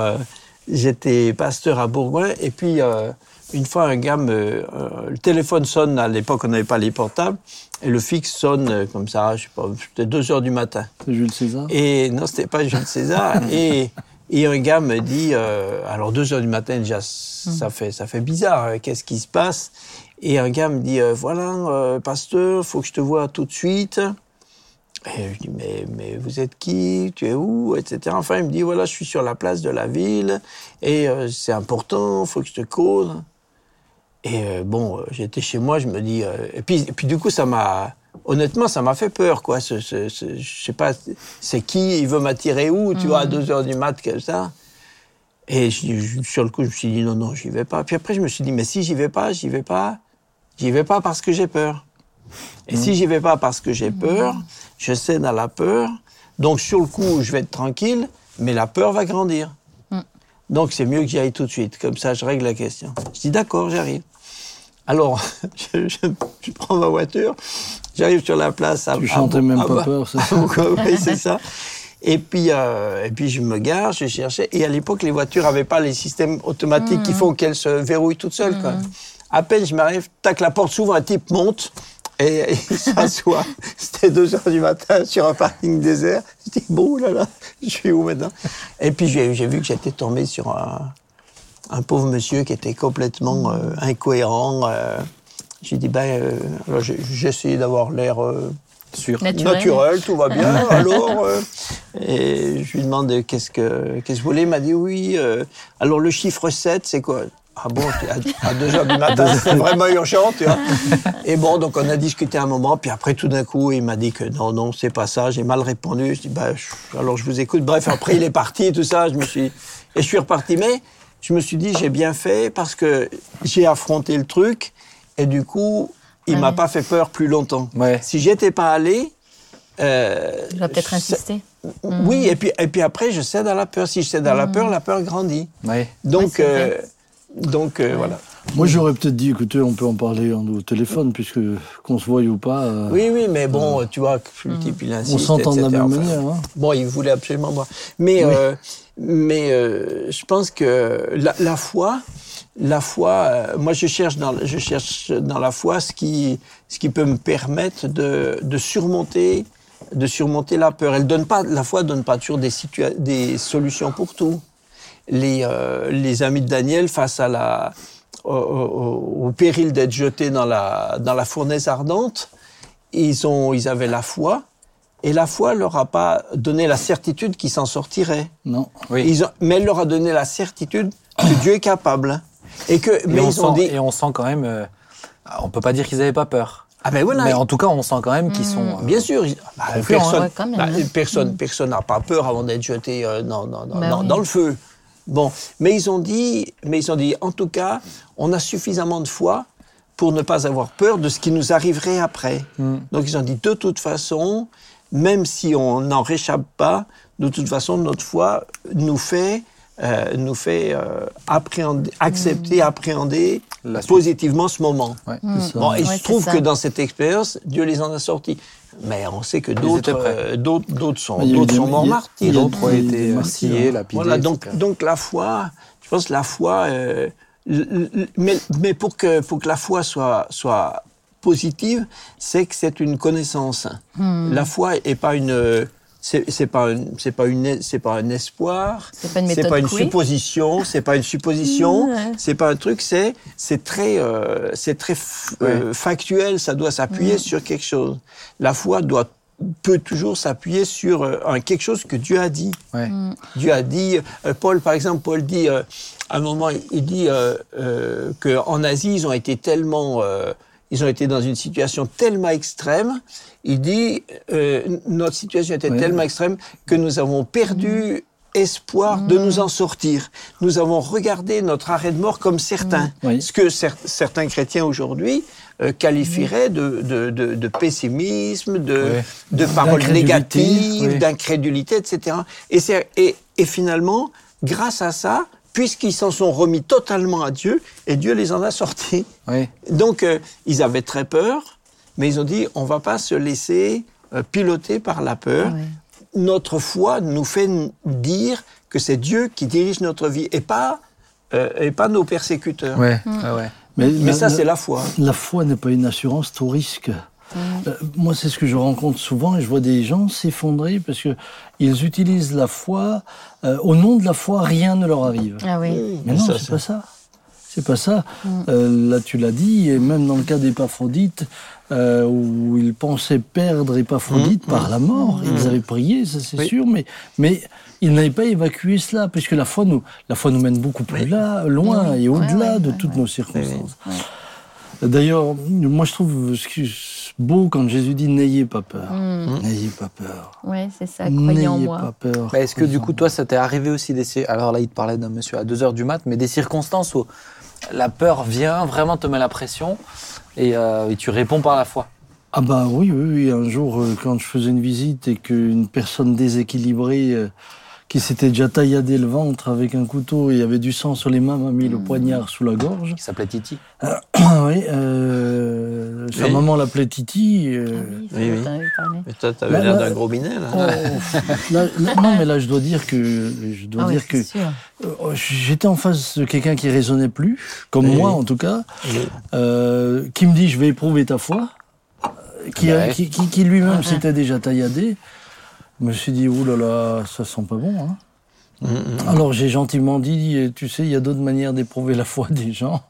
pasteur à Bourgoin, et puis une fois, un gars le téléphone sonne, à l'époque on n'avait pas les portables, et le fixe sonne comme ça, je sais pas, c'était 2h du matin. C'est Jules César? Et non, c'était pas Jules César, et un gars me dit, alors 2h du matin déjà, ça fait bizarre, hein, qu'est-ce qui se passe? Et un gars me dit, voilà, pasteur, faut que je te voie tout de suite. Et je dis, mais vous êtes qui? Tu es où? Etc. Enfin, il me dit, voilà, je suis sur la place de la ville, et c'est important, faut que je te cause. Et j'étais chez moi, je me dis... et puis du coup, honnêtement, ça m'a fait peur, quoi. Je sais pas, c'est qui? Il veut m'attirer où? Tu vois, à 2h du mat, comme ça. Et sur le coup, je me suis dit, non, j'y vais pas. Puis après, je me suis dit, mais si j'y vais pas parce que j'ai peur. Et si j'y vais pas parce que j'ai peur, je cède à la peur. Donc, sur le coup, je vais être tranquille, mais la peur va grandir. Donc, c'est mieux que j'y aille tout de suite. Comme ça, je règle la question. Je dis, d'accord, j'arrive. Alors, je prends ma voiture, j'arrive sur la place. Tu chantais même pas peur, c'est ça? Oui, c'est ça. Et puis, je me gare, je cherchais. Et à l'époque, les voitures n'avaient pas les systèmes automatiques qui font qu'elles se verrouillent toutes seules, quoi. À peine je m'arrive, tac, la porte s'ouvre, un type monte. Et il s'assoit. C'était 2h du matin sur un parking désert. Je dis, bon, là, je suis où maintenant? Et puis j'ai vu que j'étais tombé sur un pauvre monsieur qui était complètement incohérent. J'ai dit, alors j'ai essayé d'avoir l'air naturel, tout va bien. Alors, et je lui demande qu'est-ce que vous voulez? Il m'a dit, oui. Alors le chiffre 7, c'est quoi? Ah bon, à 2h du matin, c'était vraiment urgent, tu vois. Et bon, donc on a discuté un moment, puis après, tout d'un coup, il m'a dit que non, c'est pas ça, j'ai mal répondu. Je dis, alors je vous écoute. Bref, après, il est parti, tout ça, et je suis reparti. Mais je me suis dit, j'ai bien fait, parce que j'ai affronté le truc, et du coup, il m'a pas fait peur plus longtemps. Ouais. Si j'y étais pas allé... tu vas peut-être insister. Oui, et puis après, je cède à la peur. Si je cède à la peur grandit. Ouais. Donc, voilà. Moi, j'aurais peut-être dit, écoutez, on peut en parler au téléphone, puisque qu'on se voie ou pas... Oui, mais bon, tu vois, le type, il insiste, on s'entend de la même manière. Hein. Bon, il voulait absolument moi. Mais je pense que la foi, moi, je cherche dans la foi ce qui peut me permettre de surmonter la peur. La foi donne pas toujours des solutions pour tout. Les amis de Daniel, face à au péril d'être jetés dans la fournaise ardente, ils avaient la foi, et la foi leur a pas donné la certitude qu'ils s'en sortiraient. Non. Oui. Mais elle leur a donné la certitude que Dieu est capable. Et on sent quand même, on peut pas dire qu'ils avaient pas peur. Ah ben voilà. Mais en tout cas, on sent quand même qu'ils sont... Bien sûr. Personne n'a pas peur avant d'être jeté dans le feu. Bon, mais ils ont dit, en tout cas, on a suffisamment de foi pour ne pas avoir peur de ce qui nous arriverait après. Donc ils ont dit, de toute façon, même si on n'en réchappe pas, de toute façon, notre foi nous fait appréhender positivement ce moment. Ouais. Bon, il se trouve que dans cette expérience, Dieu les en a sortis. Mais on sait que d'autres sont morts martyrs. D'autres ont été sciés, lapidés. Voilà, donc la foi, je pense que la foi, mais pour que la foi soit positive, c'est que c'est une connaissance. La foi est pas une... C'est pas un espoir, c'est pas une supposition, c'est pas un truc, c'est très factuel, ça doit s'appuyer sur quelque chose. La foi peut toujours s'appuyer sur quelque chose que Dieu a dit. Ouais. Dieu a dit, Paul dit, à un moment, il dit qu'en Asie, ils ont été dans une situation tellement extrême. Il dit, notre situation était tellement extrême que nous avons perdu espoir de nous en sortir. Nous avons regardé notre arrêt de mort comme certain. Ce que certains chrétiens aujourd'hui qualifieraient de pessimisme, de paroles négatives, d'incrédulité, etc. Et finalement, grâce à ça, puisqu'ils s'en sont remis totalement à Dieu, et Dieu les en a sortis. Oui. Donc, ils avaient très peur, mais ils ont dit, on ne va pas se laisser piloter par la peur. Oui. Notre foi nous fait dire que c'est Dieu qui dirige notre vie, et pas nos persécuteurs. Ouais. Mais ça, c'est la foi. La foi n'est pas une assurance tout risque. Moi, c'est ce que je rencontre souvent, et je vois des gens s'effondrer parce qu'ils utilisent la foi. Au nom de la foi, rien ne leur arrive. Ah oui. Mais non, c'est pas ça. C'est pas ça. Là, tu l'as dit, et même dans le cas d'Épaphrodite, où ils pensaient perdre Épaphrodite par la mort, ils avaient prié, ça c'est sûr, mais ils n'avaient pas évacué cela, puisque la foi nous mène beaucoup plus loin et au-delà de toutes nos circonstances. D'ailleurs, moi je trouve beau quand Jésus dit « N'ayez pas peur ». N'ayez pas peur. Oui, c'est ça, croyez en moi. N'ayez pas peur. Est-ce que du coup, toi, ça t'est arrivé aussi alors là, il te parlait d'un monsieur à 2h du mat', mais des circonstances où la peur vient, vraiment te met la pression, et tu réponds par la foi? Ah bah oui. Un jour, quand je faisais une visite et qu'une personne déséquilibrée qui s'était déjà tailladé le ventre avec un couteau et il y avait du sang sur les mains, m'a mis le poignard sous la gorge. Qui s'appelait Titi. Oui, sa maman l'appelait Titi. Oui. Mais toi, t'avais l'air d'un gros minet, là. Non, mais là, je dois dire que j'étais en face de quelqu'un qui raisonnait plus, comme moi en tout cas, qui me dit « je vais éprouver ta foi », qui lui-même s'était déjà tailladé. Je me suis dit, oulala, ça sent pas bon. Hein. Alors j'ai gentiment dit, tu sais, il y a d'autres manières d'éprouver la foi des gens.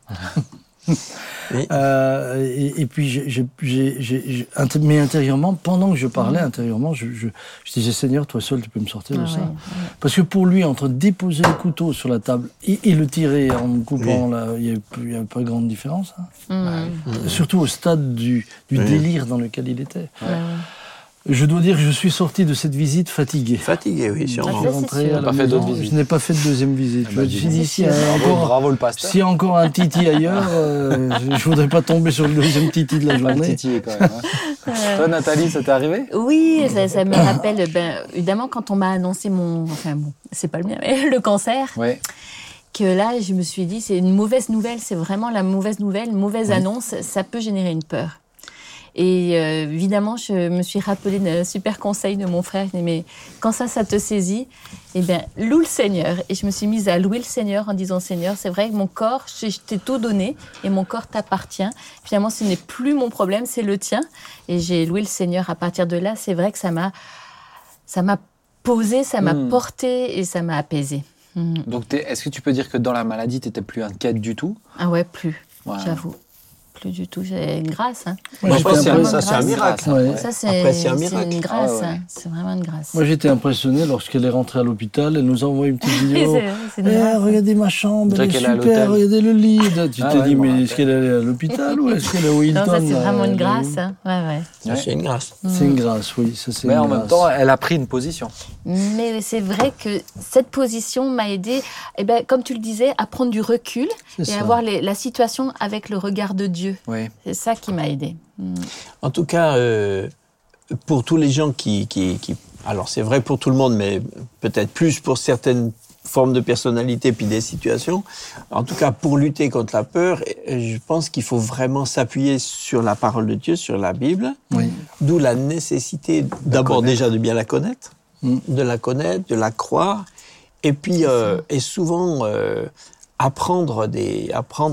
Et puis, mais intérieurement, pendant que je parlais, je disais, Seigneur, toi seul, tu peux me sortir de ça. Parce que pour lui, entre déposer le couteau sur la table et le tirer en me coupant, là, il n'y avait pas grande différence. Hein. Surtout au stade du délire dans lequel il était. Je dois dire que je suis sorti de cette visite fatigué. Fatigué, oui, sûrement. Je n'ai pas fait de deuxième visite. Je me suis dit, s'il y a encore un Titi ailleurs, je ne voudrais pas tomber sur le deuxième Titi de la journée. Titi, quand même. Toi, Nathalie, ça t'est arrivé? Oui, ça me rappelle, évidemment, quand on m'a annoncé c'est pas le mien, mais le cancer. Ouais. Que là, je me suis dit, c'est une mauvaise nouvelle, c'est vraiment la mauvaise nouvelle, une mauvaise annonce, ça peut générer une peur. Et évidemment, je me suis rappelé d'un super conseil de mon frère. Mais quand ça te saisit, eh bien, loue le Seigneur. Et je me suis mise à louer le Seigneur en disant, Seigneur, c'est vrai que mon corps, je t'ai tout donné et mon corps t'appartient. Finalement, ce n'est plus mon problème, c'est le tien. Et j'ai loué le Seigneur. À partir de là, c'est vrai que ça m'a posé, ça m'a porté et ça m'a apaisé. Donc, est-ce que tu peux dire que dans la maladie, tu n'étais plus inquiète du tout? Ah ouais, plus, j'avoue. Plus du tout, j'ai une grâce. Hein. Ça, c'est un miracle. Ça, c'est une grâce. C'est vraiment une grâce. Moi, j'étais impressionné lorsqu'elle est rentrée à l'hôpital. Elle nous a envoyé une petite vidéo. Regardez ma chambre, elle est super, regardez le lit. Tu t'es dit, mais est-ce qu'elle est allée à l'hôpital ou est-ce qu'elle est au Hilton? Non, ça, c'est vraiment une grâce. C'est une grâce. C'est une grâce, oui. Mais en même temps, elle a pris une position. Mais c'est vrai que cette position m'a aidée, comme tu le disais, à prendre du recul et à voir la situation avec le regard de Dieu. Oui. C'est ça qui m'a aidée. En tout cas, pour tous les gens qui... Alors, c'est vrai pour tout le monde, mais peut-être plus pour certaines formes de personnalité puis des situations. En tout cas, pour lutter contre la peur, je pense qu'il faut vraiment s'appuyer sur la parole de Dieu, sur la Bible. Oui. D'où la nécessité d'abord déjà de bien la connaître, de la croire, et puis et souvent apprendre des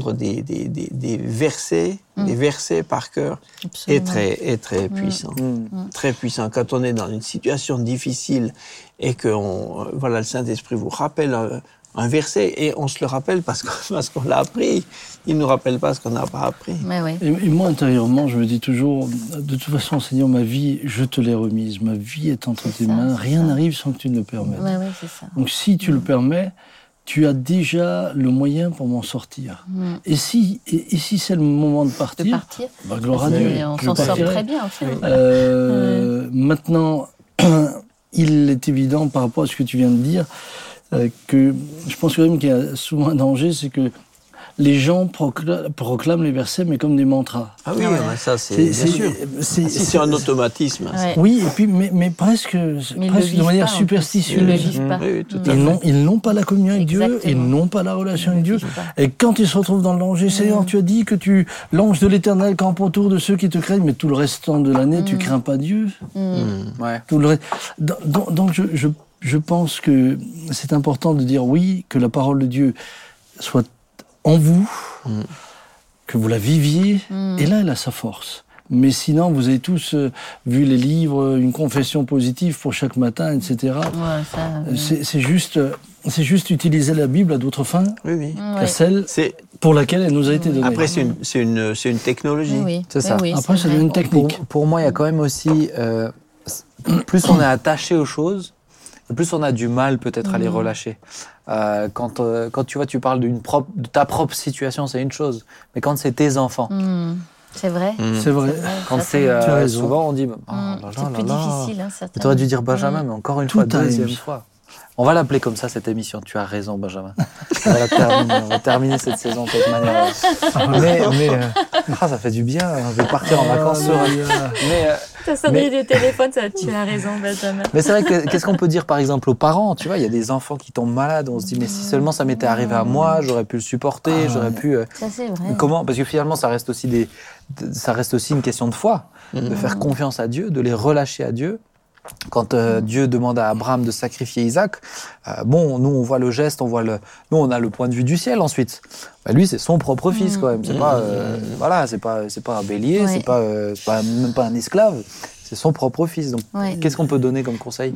versets, des versets par cœur est très puissant, très puissant. Quand on est dans une situation difficile et que le Saint-Esprit vous rappelle un verset et on se le rappelle parce qu'on l'a appris. Il ne nous rappelle pas ce qu'on n'a pas appris. Ouais. Et moi, intérieurement, je me dis toujours, de toute façon, Seigneur, ma vie, je te l'ai remise. Ma vie est entre tes mains. Rien n'arrive sans que tu ne le permettes. Ouais, c'est ça. Donc, si tu le permets, tu as déjà le moyen pour m'en sortir. Et si c'est le moment de partir, gloire à Dieu. On s'en sort très bien, au final. Maintenant, il est évident, par rapport à ce que tu viens de dire, que je pense quand même qu'il y a souvent un danger, c'est que les gens proclament les versets, mais comme des mantras. Ah oui, ça c'est bien sûr. C'est un automatisme. Ouais. Oui, et puis, mais presque de manière superstitieuse. Ils ne le vivent pas. Oui, tout à fait. Ils n'ont pas la communion avec Dieu, ils n'ont pas la relation avec Dieu. Et quand ils se retrouvent dans le danger, Seigneur, tu as dit que l'ange de l'Éternel campe autour de ceux qui te craignent, mais tout le restant de l'année, tu crains pas Dieu. Ouais. Tout le reste. Donc je pense que c'est important de dire oui, que la parole de Dieu soit en vous, que vous la viviez, et là, elle a sa force. Mais sinon, vous avez tous vu les livres, une confession positive pour chaque matin, etc. C'est juste utiliser la Bible à d'autres fins que celle pour laquelle elle nous a été donnée. Après, c'est une technologie. Oui. C'est ça. Après, c'est une technique. Pour moi, il y a quand même aussi... plus on est attaché aux choses, plus on a du mal peut-être à les relâcher. Quand tu vois, tu parles de ta propre situation, c'est une chose. Mais quand c'est tes enfants... C'est vrai. C'est vrai. Quand c'est souvent, on dit... c'est plus difficile, certainement. Tu aurais dû dire Benjamin, mais encore une fois, deuxième fois. On va l'appeler comme ça, cette émission. Tu as raison, Benjamin. On va terminer cette saison de cette manière. Ça fait du bien. On va partir en vacances sur... Ta sonnerie du téléphone, ça, tu as raison, Benjamin. Mais c'est vrai que qu'est-ce qu'on peut dire, par exemple, aux parents? Tu vois, il y a des enfants qui tombent malades. On se dit, mais si seulement ça m'était arrivé à moi, j'aurais pu le supporter, j'aurais pu... Ça, c'est vrai. Comment? Parce que finalement, ça reste aussi une question de foi, de faire confiance à Dieu, de les relâcher à Dieu. Quand Dieu demande à Abraham de sacrifier Isaac, nous on voit le geste, nous on a le point de vue du ciel ensuite. Lui c'est son propre fils quand même, c'est pas c'est pas un bélier, c'est pas même pas un esclave, c'est son propre fils. Donc qu'est-ce qu'on peut donner comme conseil?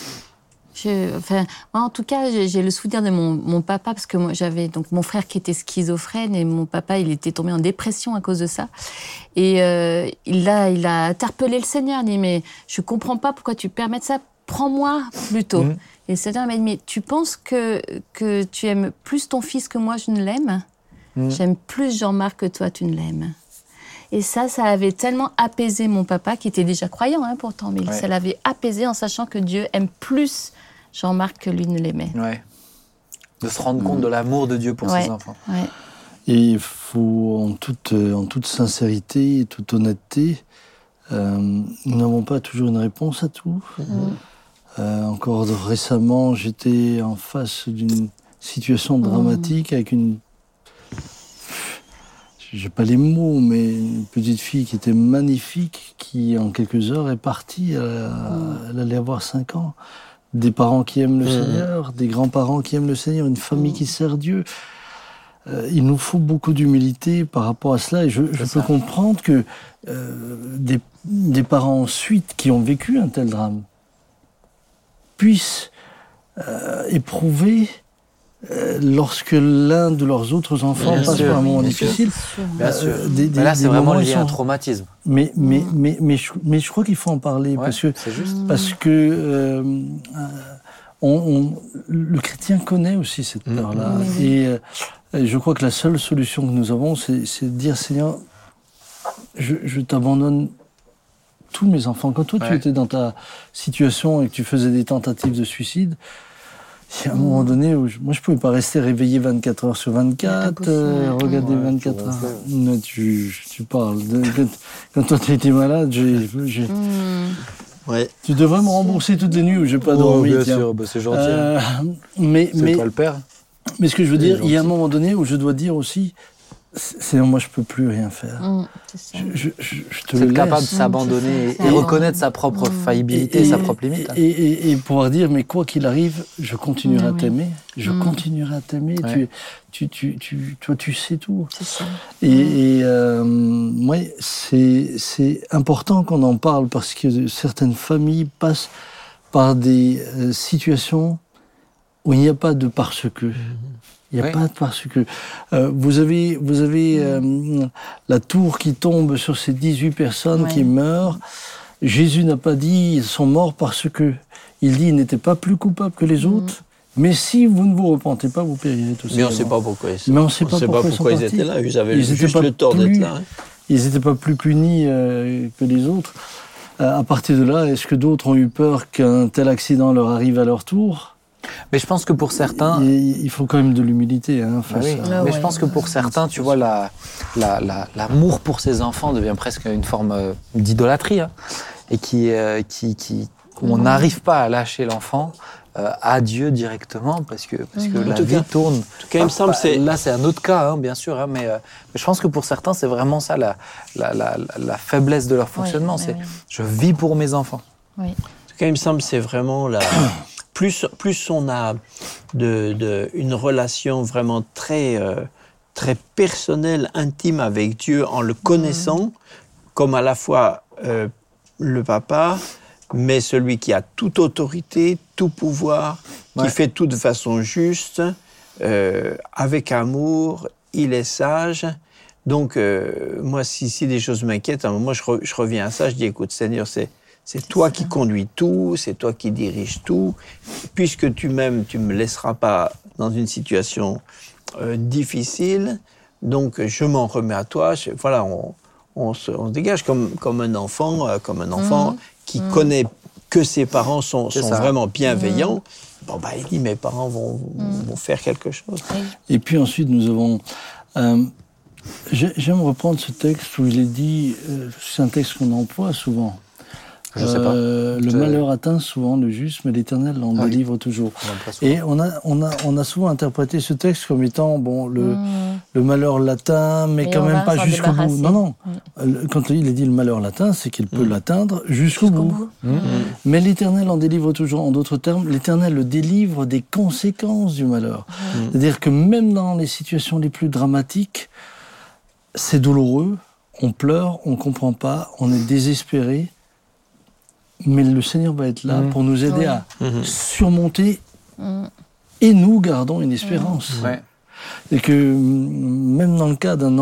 Moi, en tout cas, j'ai le souvenir de mon papa, parce que moi, j'avais donc mon frère qui était schizophrène, et mon papa, il était tombé en dépression à cause de ça. Et il a interpellé le Seigneur, il dit, mais je comprends pas pourquoi tu permets ça, prends-moi plutôt. Et le Seigneur m'a dit, mais tu penses que tu aimes plus ton fils que moi, je ne l'aime? J'aime plus Jean-Marc que toi, tu ne l'aimes. Et ça avait tellement apaisé mon papa, qui était déjà croyant pourtant, mais ça l'avait apaisé en sachant que Dieu aime plus Jean-Marc que lui ne l'aimait. Ouais. De se rendre compte de l'amour de Dieu pour ses enfants. Ouais. Et il faut, en toute sincérité et toute honnêteté, nous n'avons pas toujours une réponse à tout. Encore récemment, j'étais en face d'une situation dramatique avec une... J'ai pas les mots, mais une petite fille qui était magnifique, qui en quelques heures est partie. Elle allait avoir 5 ans. Des parents qui aiment le Seigneur, des grands-parents qui aiment le Seigneur, une famille qui sert Dieu. Il nous faut beaucoup d'humilité par rapport à cela. Et je peux comprendre que des parents ensuite qui ont vécu un tel drame puissent éprouver lorsque l'un de leurs autres enfants passe par un moment difficile. Bien sûr. Là, c'est vraiment lié à un traumatisme. Mais je crois qu'il faut en parler parce que le chrétien connaît aussi cette peur-là. Et je crois que la seule solution que nous avons, c'est de dire, Seigneur, je t'abandonne tous mes enfants. Quand toi, tu étais dans ta situation et que tu faisais des tentatives de suicide, il y a un moment donné où moi je pouvais pas rester réveillé 24 heures sur 24, regarder 24 heures. Non, tu parles. Quand toi tu étais malade, Ouais. Tu devrais me rembourser toutes les nuits où j'ai pas dormi. Bien sûr, c'est gentil. C'est toi le père. Mais ce que je veux dire, il y a un moment donné où je dois dire aussi, moi je peux plus rien faire. C'est ça. Je te C'est le capable de laisse. s'abandonner et reconnaître sa propre faillibilité, sa propre limite. Et pouvoir dire, mais quoi qu'il arrive, je continuerai à Oui. t'aimer. Je continuerai à t'aimer. Ouais. Toi, tu sais tout. C'est ça. Ouais, c'est important qu'on en parle parce que certaines familles passent par des situations où il n'y a pas de parce que. Il n'y a pas de parce que. Vous avez la tour qui tombe sur ces 18 personnes qui meurent. Jésus n'a pas dit ils sont morts parce que. Il dit ils n'étaient pas plus coupables que les autres. Mais si vous ne vous repentez pas, vous périrez tous. Mais on ne sait pas pourquoi ils sont. Mais on ne sait pas pourquoi ils étaient là. Ils avaient juste le tort d'être là. Ils n'étaient pas plus punis que les autres. À partir de là, est-ce que d'autres ont eu peur qu'un tel accident leur arrive à leur tour ? Mais je pense que pour certains... Il faut quand même de l'humilité. Mais je pense que pour certains, tu vois, l'amour pour ses enfants devient presque une forme d'idolâtrie. Et où on n'arrive pas à lâcher l'enfant à Dieu directement parce que la vie tourne. En tout cas, il me semble là, c'est un autre cas, bien sûr. Mais je pense que pour certains, c'est vraiment ça la faiblesse de leur fonctionnement. Je vis pour mes enfants. Oui. En tout cas, il me semble que c'est vraiment plus on a une relation vraiment très, très personnelle, intime avec Dieu en le connaissant, comme à la fois le papa, mais celui qui a toute autorité, tout pouvoir, qui fait tout de façon juste, avec amour, il est sage. Donc, moi, si des choses m'inquiètent, à un moment, je reviens à ça, je dis, écoute, Seigneur, c'est toi qui conduis tout, c'est toi qui diriges tout. Puisque tu m'aimes, tu ne me laisseras pas dans une situation difficile. Donc, je m'en remets à toi. Voilà, on se dégage comme un enfant qui connaît que ses parents sont vraiment bienveillants. Bon, il dit, mes parents vont faire quelque chose. Et puis ensuite, nous avons... j'aime reprendre ce texte où il est dit... c'est un texte qu'on emploie souvent. Je sais pas. Le malheur atteint souvent le juste, mais l'Éternel l'en délivre toujours. Et on a souvent interprété ce texte comme étant le malheur l'atteint, mais quand même pas jusqu'au bout. Non. Quand il est dit le malheur l'atteint, c'est qu'il peut l'atteindre jusqu'au bout. Mais l'Éternel en délivre toujours. En d'autres termes, l'Éternel le délivre des conséquences du malheur. C'est-à-dire que même dans les situations les plus dramatiques, c'est douloureux, on pleure, on comprend pas, on est désespéré. Mais le Seigneur va être là pour nous aider à surmonter et nous gardons une espérance. Et que même dans le cas d'un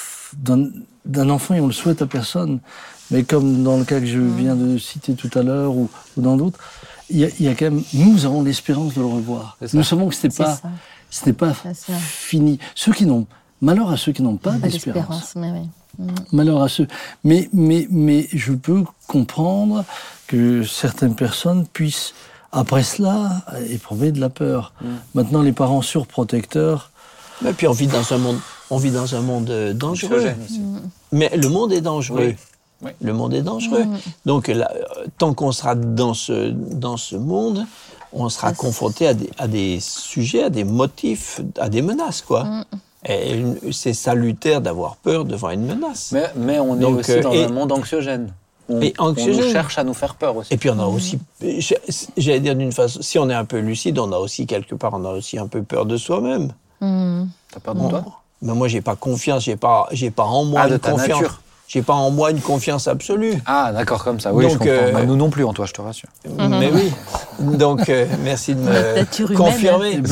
enfant, et on le souhaite à personne, mais comme dans le cas que je viens de citer tout à l'heure ou dans d'autres, il y a quand même, nous avons l'espérance de le revoir. Nous savons que ce n'est pas fini. Malheur à ceux qui n'ont pas d'espérance. Malheur à ceux. Mais je peux comprendre que certaines personnes puissent, après cela, éprouver de la peur. Maintenant, les parents surprotecteurs... Et puis on vit dans un monde dangereux. Mais le monde est dangereux. Oui. Le monde est dangereux. Donc, là, tant qu'on sera dans ce monde, on sera confronté à des sujets, à des motifs, à des menaces, quoi. Et c'est salutaire d'avoir peur devant une menace. Mais on est aussi dans un monde anxiogène. On cherche à nous faire peur aussi. Et puis on a aussi, j'allais dire d'une façon, si on est un peu lucide, on a aussi quelque part, on a aussi un peu peur de soi-même. T'as peur de toi ? Mais moi, j'ai pas confiance, j'ai pas en moi une confiance. Nature. J'ai pas en moi une confiance absolue. Ah, d'accord, comme ça. Oui, donc, je comprends. Nous non plus en toi, je te rassure. Mais oui. Donc, merci de me confirmer.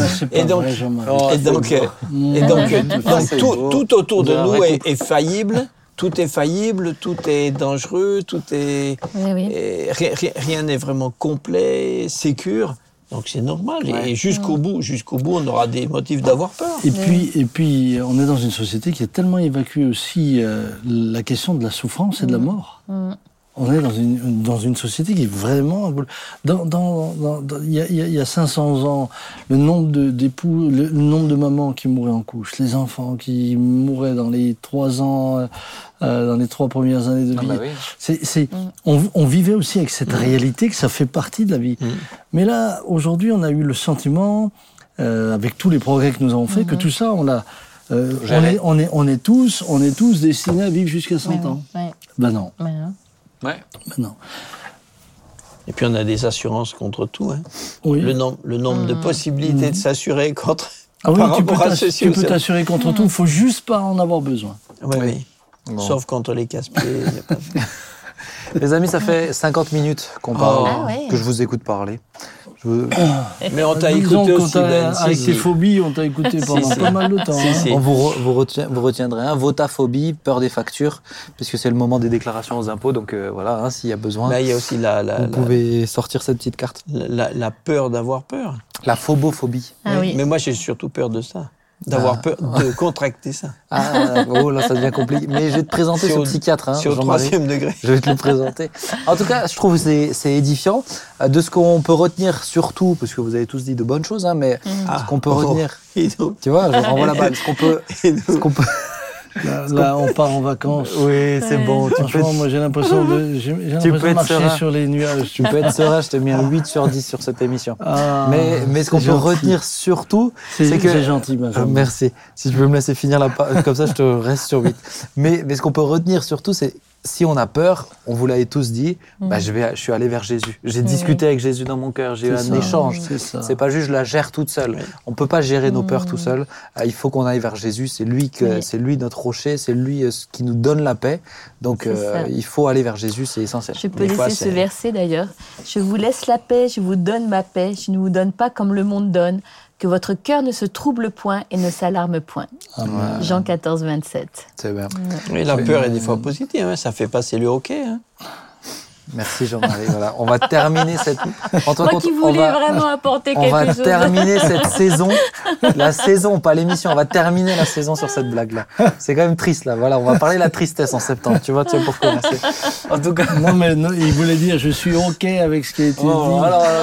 Tout autour de nous est faillible. Tout est faillible, tout est dangereux, tout est... rien n'est vraiment complet, sécure. Donc c'est normal. Et jusqu'au bout, on aura des motifs d'avoir peur. Et puis, on est dans une société qui a tellement évacué aussi la question de la souffrance et de la mort. on est dans une société qui est vraiment... Il y a 500 ans, le nombre d'époux, le nombre de mamans qui mouraient en couche, les enfants qui mouraient dans les 3 ans, dans les 3 premières années de vie. On vivait aussi avec cette réalité que ça fait partie de la vie. Mais là, aujourd'hui, on a eu le sentiment, avec tous les progrès que nous avons faits, que tout ça, on est tous destinés à vivre jusqu'à 100 ans. Ouais. Ben non. Ouais. Ben non. Et puis on a des assurances contre tout. Hein. Oui. Le nombre de possibilités de s'assurer contre. Ah oui, tu peux peux t'assurer contre tout. Il faut juste pas en avoir besoin. Oui. Bon. Sauf contre les casse-pieds. Les amis, ça fait 50 minutes qu'on parle, que je vous écoute parler. Mais on t'a écouté aussi, Ben. Avec tes phobies, on t'a écouté pendant pas mal de temps. On vous retiendrez votaphobie, peur des factures, puisque c'est le moment des déclarations aux impôts. Donc voilà, s'il y a besoin, là, il y a aussi vous pouvez sortir cette petite carte. La peur d'avoir peur. La phobophobie. Mais moi, j'ai surtout peur de ça. D'avoir peur de contracter ça. Là, ça devient compliqué. Mais je vais te présenter ce psychiatre. C'est au 3e degré. Je vais te le présenter. En tout cas, je trouve que c'est édifiant. De ce qu'on peut retenir surtout, parce que vous avez tous dit de bonnes choses, ce qu'on peut retenir. Tu vois, je renvoie la balle. Ce qu'on peut... Là, on part en vacances. Oui, c'est bon. Franchement, moi, j'ai l'impression de marcher sur les nuages. Tu peux être serein, je te mets un 8 sur 10 sur cette émission. Mais ce qu'on peut retenir surtout, c'est que... C'est gentil, Benjamin. Merci. Si tu peux me laisser finir comme ça, je te reste sur 8. Mais ce qu'on peut retenir surtout, c'est si on a peur, on vous l'avait tous dit, je suis allé vers Jésus. J'ai discuté avec Jésus dans mon cœur, j'ai eu un échange. C'est pas juste je la gère toute seule. On peut pas gérer nos peurs tout seul. Il faut qu'on aille vers Jésus. C'est lui notre rocher, c'est lui qui nous donne la paix. Donc il faut aller vers Jésus, c'est essentiel. Je peux laisser ce verset d'ailleurs. Je vous laisse la paix, je vous donne ma paix. Je ne vous donne pas comme le monde donne. Que votre cœur ne se trouble point et ne s'alarme point. Amen. Jean 14, 27. C'est bien. Oui, la peur est des fois positive, hein. Ça fait passer le hockey. Hein. Merci Jean-Marie. Voilà, on va terminer cette. Moi qui voulais vraiment apporter quelque chose. On va terminer cette saison, la saison, pas l'émission. On va terminer la saison sur cette blague-là. C'est quand même triste là. Voilà, on va parler de la tristesse en septembre. Tu vois pour commencer. En tout cas. Non, il voulait dire je suis ok avec ce qui a été dit. Non.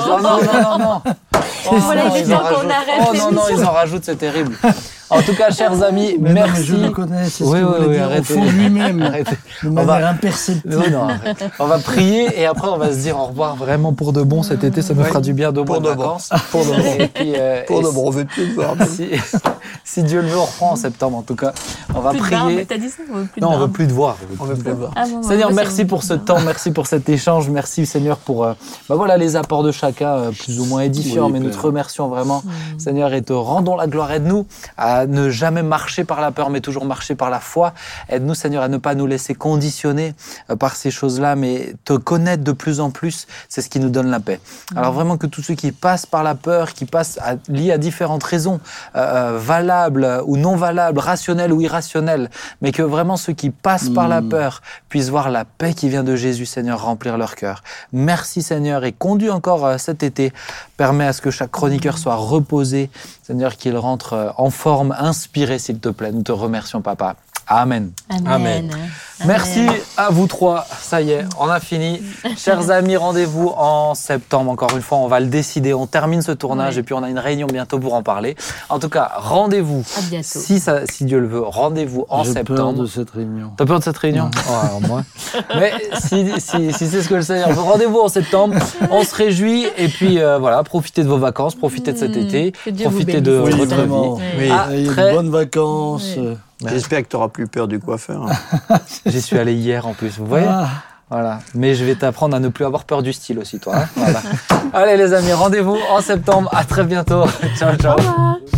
Ils en rajoutent, c'est terrible. En tout cas, chers amis, merci. Non, je le connais, c'est ce qu'il voulait dire. Au fond de lui-même, de manière imperceptible. On va prier et après on va se dire au revoir vraiment pour de bon cet été. Ça nous fera du bien de bonnes vacances. Pour de bon. Et puis, pour de bon, on veut plus le voir. Si Dieu le veut, on reprend en septembre en tout cas. On va prier. T'as dit ça, on veut plus te voir. On veut plus te voir. Seigneur, merci pour ce temps, merci pour cet échange, merci Seigneur pour les apports de chacun, plus ou moins édifiants, mais nous te remercions vraiment, Seigneur, et te rendons la gloire. Aide-nous à ne jamais marcher par la peur, mais toujours marcher par la foi. Aide-nous, Seigneur, à ne pas nous laisser conditionner par ces choses-là, mais te connaître de plus en plus, c'est ce qui nous donne la paix. Alors vraiment que tous ceux qui passent par la peur, qui passent liés à différentes raisons, valables ou non valables, rationnelles ou irrationnelles, mais que vraiment ceux qui passent par la peur puissent voir la paix qui vient de Jésus, Seigneur, remplir leur cœur. Merci, Seigneur, et conduis encore cet été. Permets à ce que chaque chroniqueur soit reposé, Seigneur, qu'il rentre en forme, inspiré, s'il te plaît. Nous te remercions, Papa. Amen. Amen. Merci à vous trois. Ça y est, on a fini. Chers amis, rendez-vous en septembre. Encore une fois, on va le décider. On termine ce tournage et puis on a une réunion bientôt pour en parler. En tout cas, rendez-vous. À bientôt. Si Dieu le veut, rendez-vous en septembre. J'ai peur de cette réunion. T'as peur de cette réunion? Alors moi. Mais si c'est ce que le Seigneur veut, rendez-vous en septembre. On se réjouit et puis voilà, profitez de vos vacances, profitez de cet été, profitez de votre vie. Oui. Il y a de bonnes vacances. Oui. J'espère que tu n'auras plus peur du coiffeur. Hein. J'y suis allé hier en plus, vous voyez. Voilà. Mais je vais t'apprendre à ne plus avoir peur du style aussi, toi. Hein. Voilà. Allez les amis, rendez-vous en septembre. À très bientôt. Ciao, ciao. Au revoir.